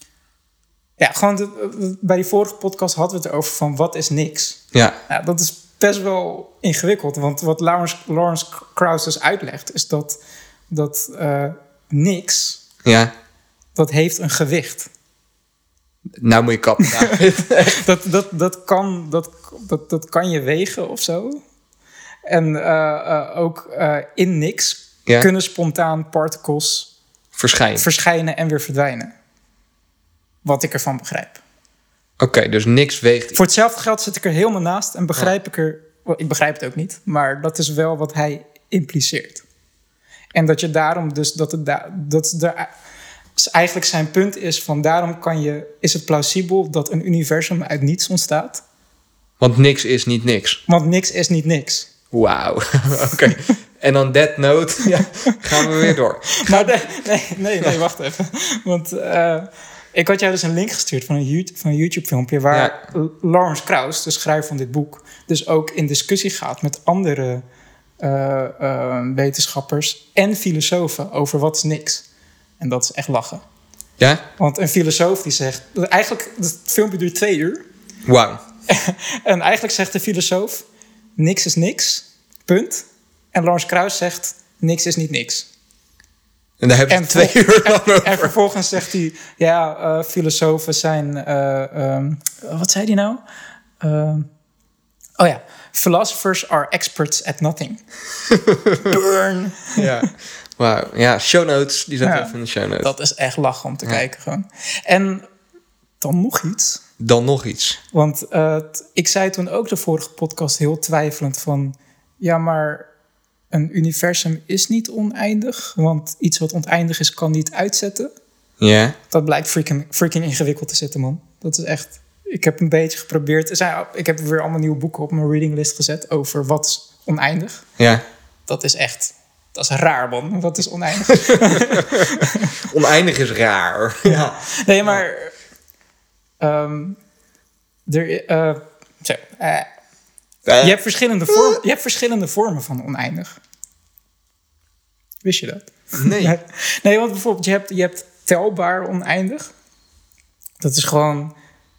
ja, gewoon de, bij die vorige podcast hadden we het erover van wat is niks? Ja. Ja, dat is best wel ingewikkeld, want wat Lawrence, Lawrence Krauss dus uitlegt... is dat, dat uh, niks, ja. dat heeft een gewicht. Nou moet je kappen. Ja. dat, dat, dat, kan, dat, dat, dat kan je wegen of zo. En uh, uh, ook uh, in niks ja. kunnen spontaan particles verschijnen. verschijnen en weer verdwijnen. Wat ik ervan begrijp. Oké, okay, dus niks weegt... Voor hetzelfde geld zit ik er helemaal naast en begrijp ja. ik er... Well, ik begrijp het ook niet, maar dat is wel wat hij impliceert. En dat je daarom dus... dat het da- dat er, dus eigenlijk zijn punt is van daarom kan je... is het plausibel dat een universum uit niets ontstaat. Want niks is niet niks. Want niks is niet niks. Wauw, oké. Okay. En on that note ja, gaan we weer door. Maar nee, nee, nee, nee wacht even. Want uh, ik had jou dus een link gestuurd van een, YouTube, van een YouTube-filmpje... waar ja. Lawrence Krauss, de schrijver van dit boek... dus ook in discussie gaat met andere uh, uh, wetenschappers en filosofen... over wat is niks. En dat is echt lachen. Ja? Want een filosoof die zegt... Eigenlijk, het filmpje duurt twee uur. Wauw. En eigenlijk zegt de filosoof... niks is niks, punt. En Lawrence Krauss zegt... niks is niet niks. En daar heb je en twee vol- uur lang over. En vervolgens zegt hij... ja, uh, filosofen zijn... Uh, um, wat zei hij nou? Uh, oh ja. Philosophers are experts at nothing. Burn. Ja. Wauw. Ja, show notes. Die zetten ja, even in de show notes. Dat is echt lachen om te ja. kijken gewoon. En dan nog iets... Dan nog iets. Want uh, t- ik zei toen ook de vorige podcast heel twijfelend van... ja, maar een universum is niet oneindig. Want iets wat oneindig is, kan niet uitzetten. Ja. Yeah. Dat blijkt freaking, freaking ingewikkeld te zitten, man. Dat is echt... Ik heb een beetje geprobeerd... Er zijn, ik heb weer allemaal nieuwe boeken op mijn readinglist gezet... over wat is oneindig. Ja. Yeah. Dat is echt... Dat is raar, man. Wat is oneindig? Oneindig is raar. Ja. Nee, maar... Um, er, uh, zo, uh, uh. Je, hebt verschillende vorm, je hebt verschillende vormen van oneindig. Wist je dat? Nee. Nee, want bijvoorbeeld je hebt, je hebt telbaar oneindig. Dat is gewoon...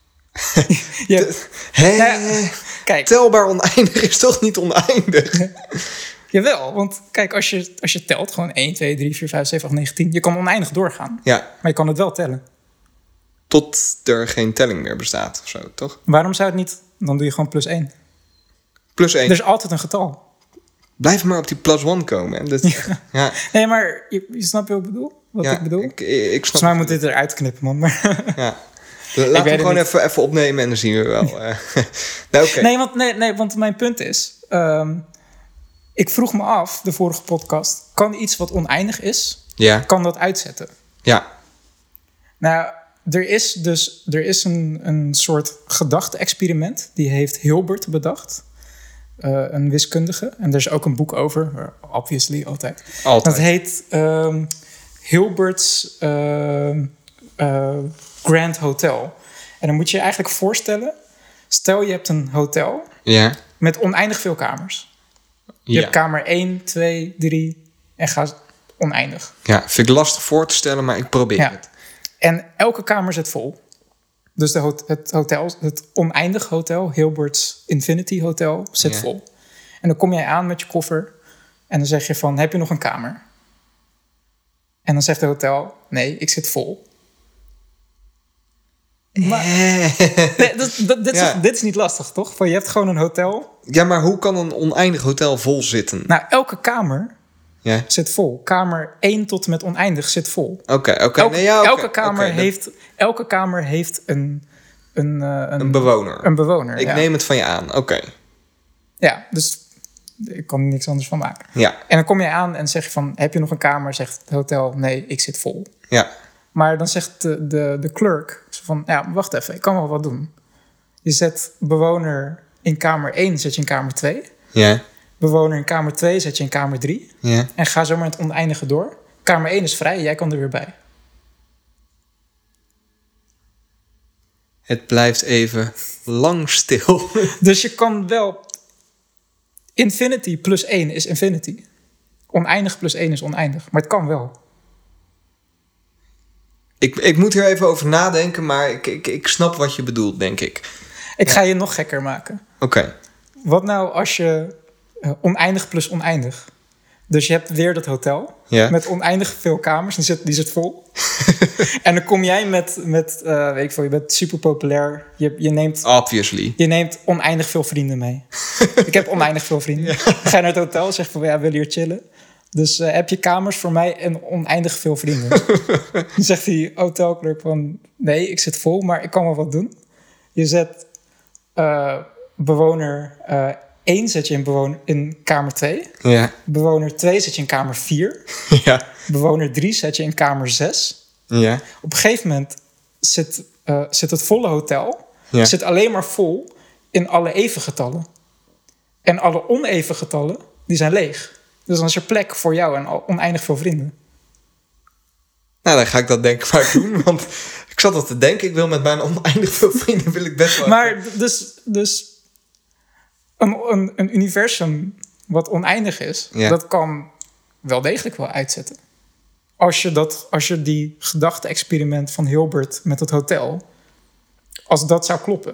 je hebt, Hé, nou, kijk. Telbaar oneindig is toch niet oneindig? Jawel, want kijk, als je, als je telt, gewoon één, twee, drie, vier, vijf, zeven, acht, negen, tien... je kan oneindig doorgaan. Ja. Maar je kan het wel tellen. Tot er geen telling meer bestaat, of zo, toch? Waarom zou het niet... Dan doe je gewoon plus één. Plus één. Er is altijd een getal. Blijf maar op die plus one komen. Hè. Dat, ja. Ja. Nee, maar je, je snapt wat ik bedoel? Wat ja, ik bedoel? Ik, ik snap Volgens mij moet dit eruit knippen, man. Maar ja. Laten we gewoon even, even opnemen en dan zien we wel. nou, okay. nee, want, nee, nee, want mijn punt is... Um, ik vroeg me af, de vorige podcast... kan iets wat oneindig is, ja. kan dat uitzetten? Ja. Nou, er is dus er is een, een soort gedachte-experiment... die heeft Hilbert bedacht... Uh, een wiskundige. En er is ook een boek over. Obviously, altijd. Altijd. Dat heet um, Hilbert's uh, uh, Grand Hotel. En dan moet je je eigenlijk voorstellen... Stel, je hebt een hotel... Ja. Met oneindig veel kamers. Je ja. hebt kamer één, twee, drie... en ga oneindig. Ja, vind ik lastig voor te stellen, maar ik probeer ja. het. En elke kamer zit vol. Dus de hot- het hotel, het oneindig hotel, Hilbert's Infinity Hotel, zit ja. vol. En dan kom jij aan met je koffer en dan zeg je van, heb je nog een kamer? En dan zegt de hotel, nee, ik zit vol. Maar, nee, dat, dat, dit, ja. is, dit is niet lastig, toch? Van, je hebt gewoon een hotel. Ja, maar hoe kan een oneindig hotel vol zitten? Nou, elke kamer ja. zit vol. Kamer één tot en met oneindig zit vol. Oké, okay, oké. Okay. Elke, nee, ja, okay. elke, kamer okay, heeft, dat... elke kamer heeft een... Een, uh, een, een bewoner. Een bewoner, Ik ja. neem het van je aan, oké. Okay. Ja, dus ik kan er niks anders van maken. Ja, En dan kom je aan en zeg je van, heb je nog een kamer? Zegt het hotel, nee, ik zit vol. ja, Maar dan zegt de, de, de clerk zo van, ja, wacht even, ik kan wel wat doen. Je zet bewoner in kamer één, zet je in kamer twee. ja, Bewoner in kamer twee, zet je in kamer drie. ja. En ga zo maar in het oneindige door. Kamer één is vrij, jij kan er weer bij. Het blijft even lang stil. Dus je kan wel... Infinity plus één is infinity. Oneindig plus één is oneindig. Maar het kan wel. ik, ik moet hier even over nadenken, maar ik, ik, ik snap wat je bedoelt, denk ik. Ik ga je nog gekker maken. Oké, Wat nou als je uh, oneindig plus oneindig... Dus je hebt weer dat hotel ja, met oneindig veel kamers. Die zit, die zit vol. En dan kom jij met, met uh, weet ik veel, je bent super populair. Je, je, neemt, obviously. je neemt oneindig veel vrienden mee. Ik heb oneindig veel vrienden. Ga je naar het hotel en zeg van, ja, wil je hier chillen? Dus uh, heb je kamers voor mij en oneindig veel vrienden? Dan zegt die hotelclerk van, nee, ik zit vol, maar ik kan wel wat doen. Je zet uh, bewoner uh, één zet je in, bewoner, in kamer twee. Ja, Bewoner twee zet je in kamer vier. ja, Bewoner drie zet je in kamer zes. ja, Op een gegeven moment zit, uh, zit het volle hotel... ja. zit alleen maar vol in alle even getallen. En alle oneven getallen, die zijn leeg. Dus dan is er plek voor jou en al oneindig veel vrienden. Nou, dan ga ik dat denk ik maar doen. Want ik zat al te denken, ik wil met mijn oneindig veel vrienden... wil ik best wel... Maar dus, dus een, een, een universum wat oneindig is... Ja. dat kan wel degelijk wel uitzetten. Als je, dat, als je die gedachte-experiment van Hilbert met het hotel... als dat zou kloppen.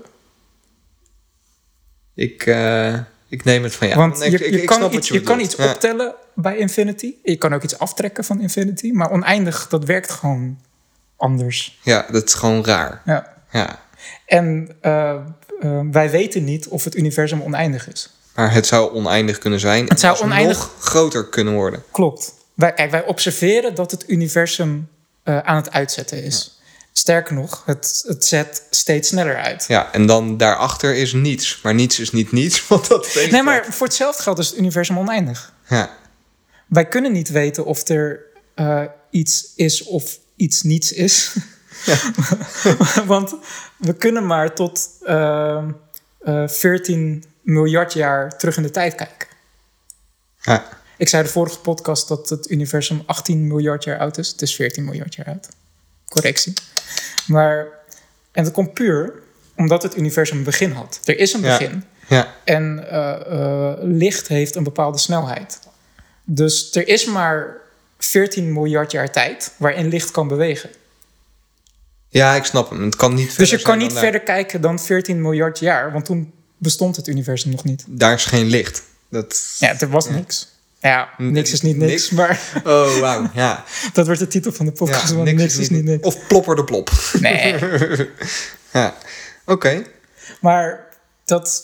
Ik, uh, ik neem het van ja. Want je, ik, je, ik, ik kan, snap wat iets, je je kan bedoelt. iets Ja. optellen bij infinity. Je kan ook iets aftrekken van infinity. Maar oneindig, dat werkt gewoon anders. Ja, dat is gewoon raar. Ja. Ja. En uh, uh, wij weten niet of het universum oneindig is. Maar het zou oneindig kunnen zijn. Het zou en oneindig- nog groter kunnen worden. Klopt. Wij, kijk, wij observeren dat het universum uh, aan het uitzetten is. Sterker nog, het, het zet steeds sneller uit. Ja, en dan daarachter is niets. Maar niets is niet niets, want dat weet Nee, maar voor hetzelfde geldt is het universum oneindig. Ja, Wij kunnen niet weten of er uh, iets is of iets niets is. Ja. Want we kunnen maar tot uh, uh, veertien miljard jaar terug in de tijd kijken. ja. Ik zei de vorige podcast dat het universum achttien miljard jaar oud is. Het is veertien miljard jaar oud. Correctie. Maar, en dat komt puur omdat het universum een begin had. Er is een Ja. begin. ja. En uh, uh, licht heeft een bepaalde snelheid. Dus er is maar veertien miljard jaar tijd waarin licht kan bewegen. Ja, ik snap hem. Het kan niet Dus verder je kan zijn niet dan verder kijken dan veertien miljard jaar. Want toen bestond het universum nog niet. Daar. Daar is geen licht. Dat... Ja, er was niks. Ja, niks is niet niks. Niks. Maar Oh, wauw. Ja. dat wordt de titel van de podcast. ja want niks, is niet niks. Of plopper de plop. Nee. Ja. Oké. Okay. Maar dat,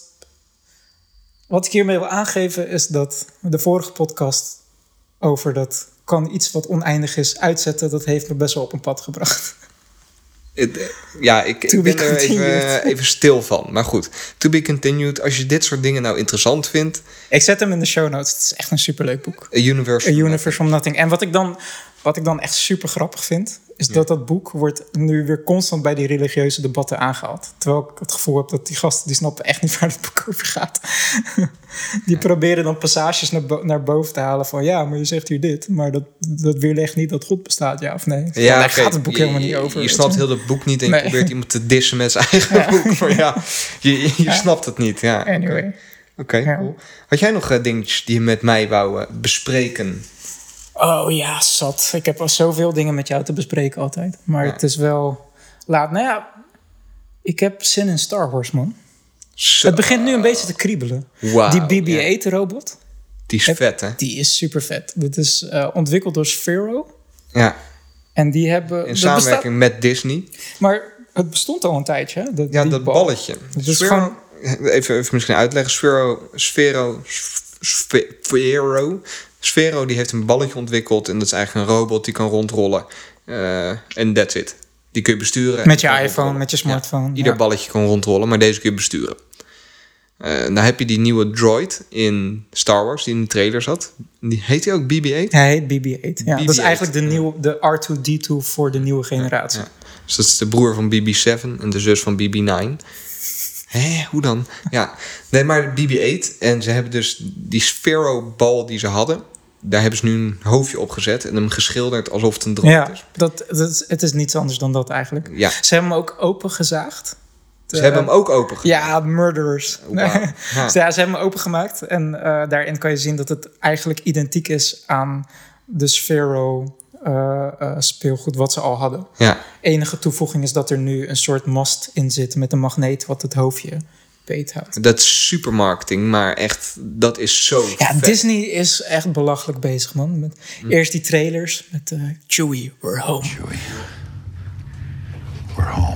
wat ik hiermee wil aangeven is dat de vorige podcast over dat kan iets wat oneindig is uitzetten, dat heeft me best wel op een pad gebracht. Het, eh, ja, ik, To ik be ben er even, continued. even stil van. Maar goed, to be continued. Als je dit soort dingen nou interessant vindt... Ik zet hem in de show notes. Het is echt een superleuk boek. A Universe, A Universe from Nothing. En wat ik dan, wat ik dan echt super grappig vind, is Ja. dat dat boek wordt nu weer constant bij die religieuze debatten aangehaald. Terwijl ik het gevoel heb dat die gasten, die snappen echt niet waar het boek over gaat. Die proberen dan passages naar, bo- naar boven te halen van ja, maar je zegt hier dit, maar dat, dat weerlegt niet dat God bestaat, ja of nee. Ja, Daar oké. gaat het boek je, helemaal niet je- over. Je weet snapt je. heel het boek niet en je Nee. probeert iemand te dissen met zijn eigen Ja. boek. Maar ja, je, je Ja. snapt het niet. Ja. Oké, Anyway. Oké, Ja. cool. Had jij nog uh, dingetjes die je met mij wou uh, bespreken? Oh ja, zat. Ik heb al zoveel dingen met jou te bespreken altijd. Maar Ja. het is wel laat. Nou ja, ik heb zin in Star Wars, man. Zo. Het begint nu een beetje te kriebelen. Wauw, Die B B ja. eight robot, Die is heb- vet, hè? die is super vet. Dat is uh, ontwikkeld door Sphero. Ja, En die hebben... in dat samenwerking met Disney. bestaat- maar het bestond al een tijdje, hè? Dat, Ja, die dat bal. balletje. Het is Sphero- gewoon- Even, even misschien uitleggen. Sphero, Sphero, Sphero, Sphero, Sphero, die heeft een balletje ontwikkeld. En dat is eigenlijk een robot die kan rondrollen. Uh, En that's it. Die kun je besturen. en Met je die kan iPhone, rondrollen. met je Ja, smartphone. ieder ja. balletje kan rondrollen, maar deze kun je besturen. Uh, nou heb je die nieuwe droid in Star Wars die in de trailer zat. Die, heet die ook B B acht? Hij heet B B acht. Ja, B B acht. dat is eigenlijk de, nieuwe, de R twee D twee voor de nieuwe generatie. Ja, ja. Dus dat is de broer van B B zeven en de zus van B B negen. Hé, hoe dan? Ja, nee, maar B B acht. En ze hebben dus die Sphero-bal die ze hadden. Daar hebben ze nu een hoofdje op gezet en hem geschilderd alsof het een droid ja, is. Dat, dat is. Het is niets anders dan dat eigenlijk. Ja. Ze hebben hem ook opengezaagd. Ze uh, hebben hem ook opengemaakt. Ja, murderers. Oh, wow. Ja. Dus ja, ze hebben hem opengemaakt. En uh, daarin kan je zien dat het eigenlijk identiek is aan de Sphero uh, uh, speelgoed wat ze al hadden. Ja. Enige toevoeging is dat er nu een soort mast in zit met een magneet wat het hoofdje beet houdt. Dat is supermarketing, maar echt, dat is zo Ja, vet. Disney is echt belachelijk bezig, man. Met hm. Eerst die trailers met uh, Chewie, we're home. Chewie, we're home.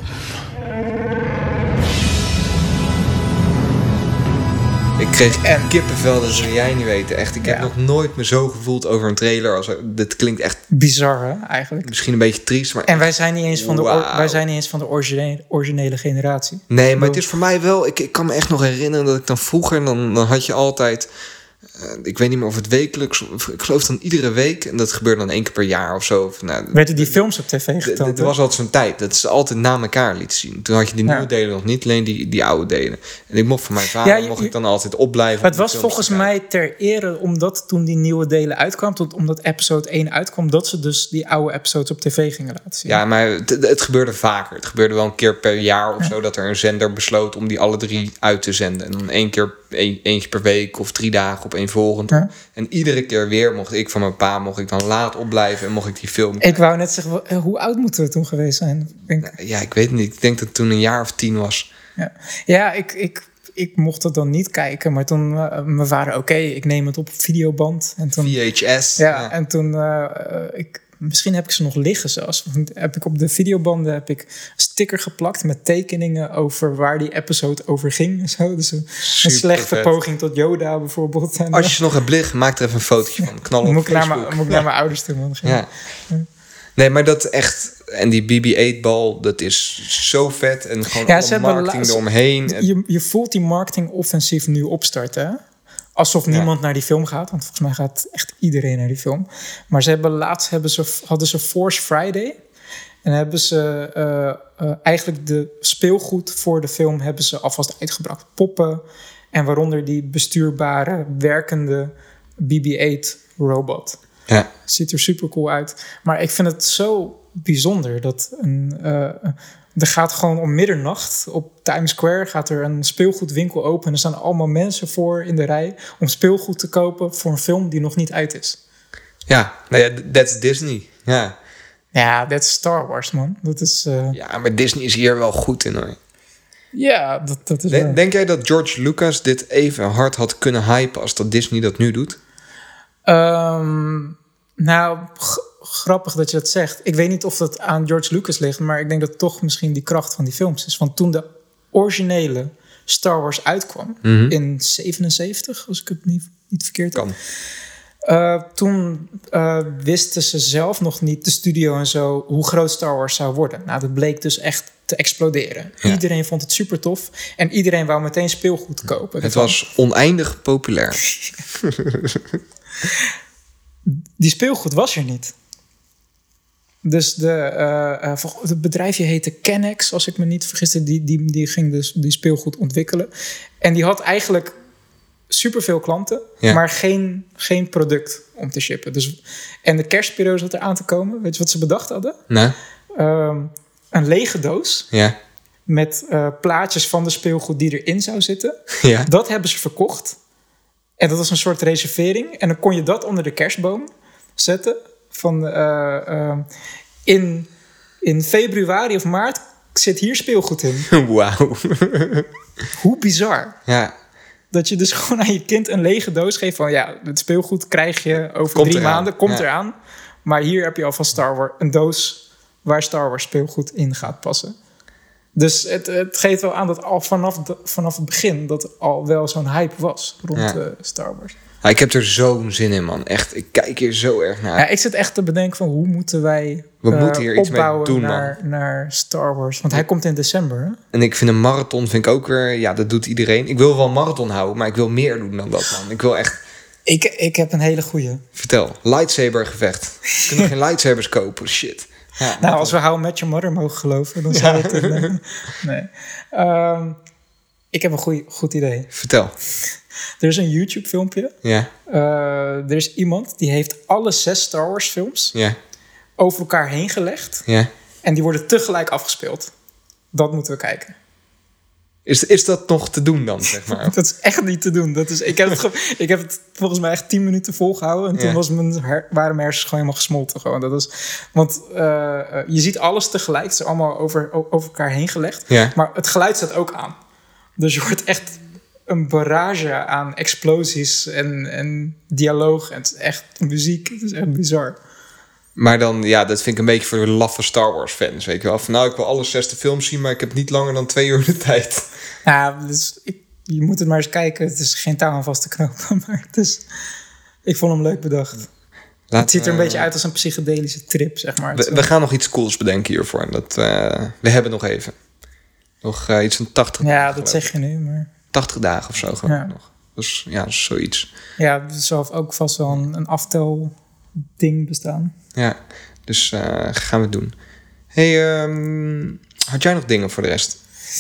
Ik kreeg en kippenvel, dat zul jij niet weten. Echt, ik heb ja. nog nooit me zo gevoeld over een trailer. Als, dit klinkt echt bizar, hè, eigenlijk. Misschien een beetje triest, maar... En wij zijn niet eens van de, wow. or, wij zijn niet eens van de originele, originele generatie. Nee, maar het is voor mij wel... Ik, ik kan me echt nog herinneren dat ik dan vroeger... Dan, dan had je altijd... Uh, ik weet niet meer of het wekelijks... Ik geloof dan iedere week. En dat gebeurde dan één keer per jaar of zo. Nou, Werden die films op tv getoond? Er was altijd zo'n tijd dat ze altijd na elkaar lieten zien. Toen had je die nieuwe ja. delen nog niet, alleen die, die oude delen. En ik mocht van mijn vader, ja, je, mocht ik dan altijd opblijven. Het was volgens mij ter ere, omdat toen die nieuwe delen uitkwam... Tot, omdat episode één uitkwam... dat ze dus die oude episodes op tv gingen laten zien. Ja, maar het, het gebeurde vaker. Het gebeurde wel een keer per jaar of ja. zo... dat er een zender besloot om die alle drie uit te zenden. En dan één keer, een, eentje per week of drie dagen op één volgend. Ja. En iedere keer weer mocht ik van mijn pa... mocht ik dan laat opblijven en mocht ik die film kijken. Ik wou net zeggen, hoe oud moeten we toen geweest zijn? Denk... Ja, ik weet het niet. Ik denk dat het toen een jaar of tien was. Ja, ja ik, ik, ik mocht het dan niet kijken. Maar toen, uh, mijn vader, oké, okay, ik neem het op videoband. En toen, V H S. Ja, ja. En toen... Uh, ik, misschien heb ik ze nog liggen zelfs. Want heb ik op de videobanden heb ik een sticker geplakt... met tekeningen over waar die episode over ging. En zo. Dus een, een slechte vet. Poging tot Yoda bijvoorbeeld. En, als je ze nog hebt liggen, maak er even een fotootje van. Knal op moet Facebook. Ik naar mijn, moet ik naar mijn ouders toe. Man. Ja. ja. Nee, maar dat echt... En die B B acht-bal, dat is zo vet. En gewoon ja, alle marketing la- eromheen. Je, je voelt die marketingoffensief nu opstarten, hè? Alsof niemand ja. naar die film gaat. Want volgens mij gaat echt iedereen naar die film. Maar ze hebben laatst hebben ze, hadden ze Force Friday. En hebben ze uh, uh, eigenlijk de speelgoed voor de film... hebben ze alvast uitgebracht. Poppen. En waaronder die bestuurbare, werkende B B acht-robot. Ja. Ziet er super cool uit. Maar ik vind het zo bijzonder dat een... Uh, er gaat gewoon om middernacht op Times Square... gaat er een speelgoedwinkel open... en er staan allemaal mensen voor in de rij... om speelgoed te kopen voor een film die nog niet uit is. Ja, nou ja, that's Disney. Ja, ja dat is Star Wars, man. Dat is, uh... Ja, maar Disney is hier wel goed in, hoor. Ja, dat, dat is Denk, denk jij dat George Lucas dit even hard had kunnen hypen... als dat Disney dat nu doet? Um, nou... G- Grappig dat je dat zegt. Ik weet niet of dat aan George Lucas ligt... maar ik denk dat toch misschien die kracht van die films is. Want toen de originele Star Wars uitkwam... Mm-hmm. in zevenenzeventig, als ik het niet, niet verkeerd heb... Uh, toen uh, wisten ze zelf nog niet, de studio en zo... hoe groot Star Wars zou worden. Nou, dat bleek dus echt te exploderen. Ja. Iedereen vond het super tof... en iedereen wou meteen speelgoed kopen. Het was oneindig populair. Die speelgoed was er niet... Dus de, uh, het bedrijfje heette Kennex, als ik me niet vergis. Die, die, die ging dus die speelgoed ontwikkelen. En die had eigenlijk superveel klanten, ja. maar geen, geen product om te shippen. Dus, en de kerstperiode zat er aan te komen. Weet je wat ze bedacht hadden? Nee. Um, een lege doos ja. met uh, plaatjes van de speelgoed die erin zou zitten. Ja. Dat hebben ze verkocht. En dat was een soort reservering. En dan kon je dat onder de kerstboom zetten... Van uh, uh, in, in februari of maart zit hier speelgoed in. Wauw. Hoe bizar. Ja. Dat je dus gewoon aan je kind een lege doos geeft van... ja, het speelgoed krijg je over komt drie eraan. maanden, komt ja. eraan. Maar hier heb je al van Star Wars een doos... waar Star Wars speelgoed in gaat passen. Dus het, het geeft wel aan dat al vanaf, de, vanaf het begin... dat al wel zo'n hype was rond ja. uh, Star Wars. Ah, ik heb er zo'n zin in, man. Echt, ik kijk hier zo erg naar. Ja, ik zit echt te bedenken van hoe moeten wij We uh, moeten hier iets mee opbouwen doen, naar, naar Star Wars. Want hij komt in december, hè? En ik vind een marathon, vind ik ook weer... Ja, dat doet iedereen. Ik wil wel een marathon houden, maar ik wil meer doen dan dat, man. Ik wil echt... Ik, ik heb een hele goeie. Vertel, lightsaber gevecht. We kunnen geen lightsabers kopen, shit. Ja, Nou, als we How I Met Your Mother mogen geloven, dan zou het... Uh, nee. Um, ik heb een goeie, goed idee. Vertel. Er is een YouTube-filmpje. Ja, Uh, er is iemand die heeft alle zes Star Wars films ja, over elkaar heen gelegd. ja. En die worden tegelijk afgespeeld. Dat moeten we kijken. Is, is dat nog te doen dan, zeg maar? Dat is echt niet te doen. Dat is, ik, heb het ge- ik heb het volgens mij echt tien minuten volgehouden. En toen Ja. was mijn her- waren mijn hersens gewoon helemaal gesmolten. Gewoon. Dat is, want uh, uh, je ziet alles tegelijk. Het is allemaal over, o- over elkaar heen gelegd. Ja. Maar het geluid staat ook aan. Dus je hoort echt een barrage aan explosies en, en dialoog. En het is echt muziek. Het is echt bizar. Maar dan, ja, dat vind ik een beetje voor de laffe Star Wars fans, weet je wel. Van, nou, ik wil alle zesde films zien, maar ik heb niet langer dan twee uur de tijd. Ja, dus ik, je moet het maar eens kijken. Het is geen touw aan vast te knopen. Maar het is, ik vond hem leuk bedacht. Laat, Het ziet er een uh, beetje uit als een psychedelische trip, zeg maar. We, we gaan nog iets cools bedenken hiervoor. Dat, uh, we hebben nog even. Nog uh, iets van tachtig Ja, dagen, dat geloof zeg je nu, maar... tachtig dagen of zo gewoon Ja. nog. Dus ja, zoiets. Ja, er zal ook vast wel een, een aftel-ding bestaan. Ja, dus uh, gaan we doen. Hey, um, had jij nog dingen voor de rest?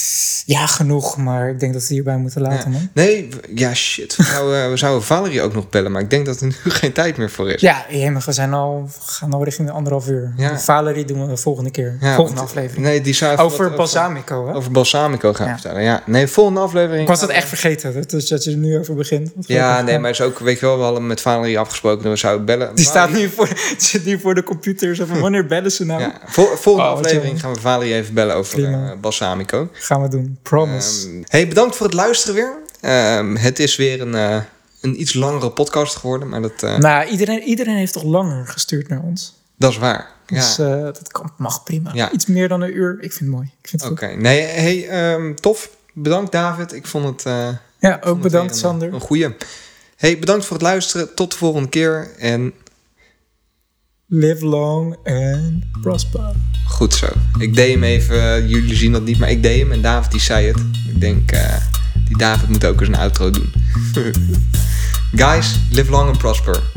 Ja, genoeg, maar ik denk dat we het hierbij moeten laten, Ja. man. Nee, w- ja, shit. We zouden, we zouden Valerie ook nog bellen, maar ik denk dat er nu geen tijd meer voor is. Ja, jemig, we zijn al, we gaan al richting de anderhalf uur. Ja. Valerie doen we de volgende keer. Ja, volgende want- aflevering. Nee, die zou even Over wat balsamico, hè? Over balsamico gaan Ja. vertellen. Ja, nee, volgende aflevering. Ik was dat echt vergeten, dus dat je er nu over begint. Wat Ja, grappig. nee, maar is ook, weet je wel, we hadden met Valerie afgesproken dat we zouden bellen. Die staat Valerie- nu voor, zit nu voor de computer. Zo van, wanneer bellen ze nou? Ja, vol- volgende Oh, wat aflevering jammer. gaan we Valerie even bellen over Prima. uh, balsamico. Gaan we doen, promise. Um, hey, bedankt voor het luisteren weer. Um, het is weer een, uh, een iets langere podcast geworden, maar dat, uh, nou, iedereen, iedereen heeft toch langer gestuurd naar ons? dat is waar. Ja. Dus uh, dat kan, mag prima. Ja. Iets meer dan een uur, ik vind het mooi. Ik vind het Oké, goed. nee, hey, um, tof. Bedankt David. Ik vond het, uh, Ja, vond ook het bedankt weer een, Sander. Een goeie. Hey, bedankt voor het luisteren. Tot de volgende keer en Live long and prosper. goed zo. Ik deed hem even, uh, jullie zien dat niet, maar ik deed hem en David die zei het. Ik denk, uh, die David moet ook eens een outro doen. Guys, live long and prosper.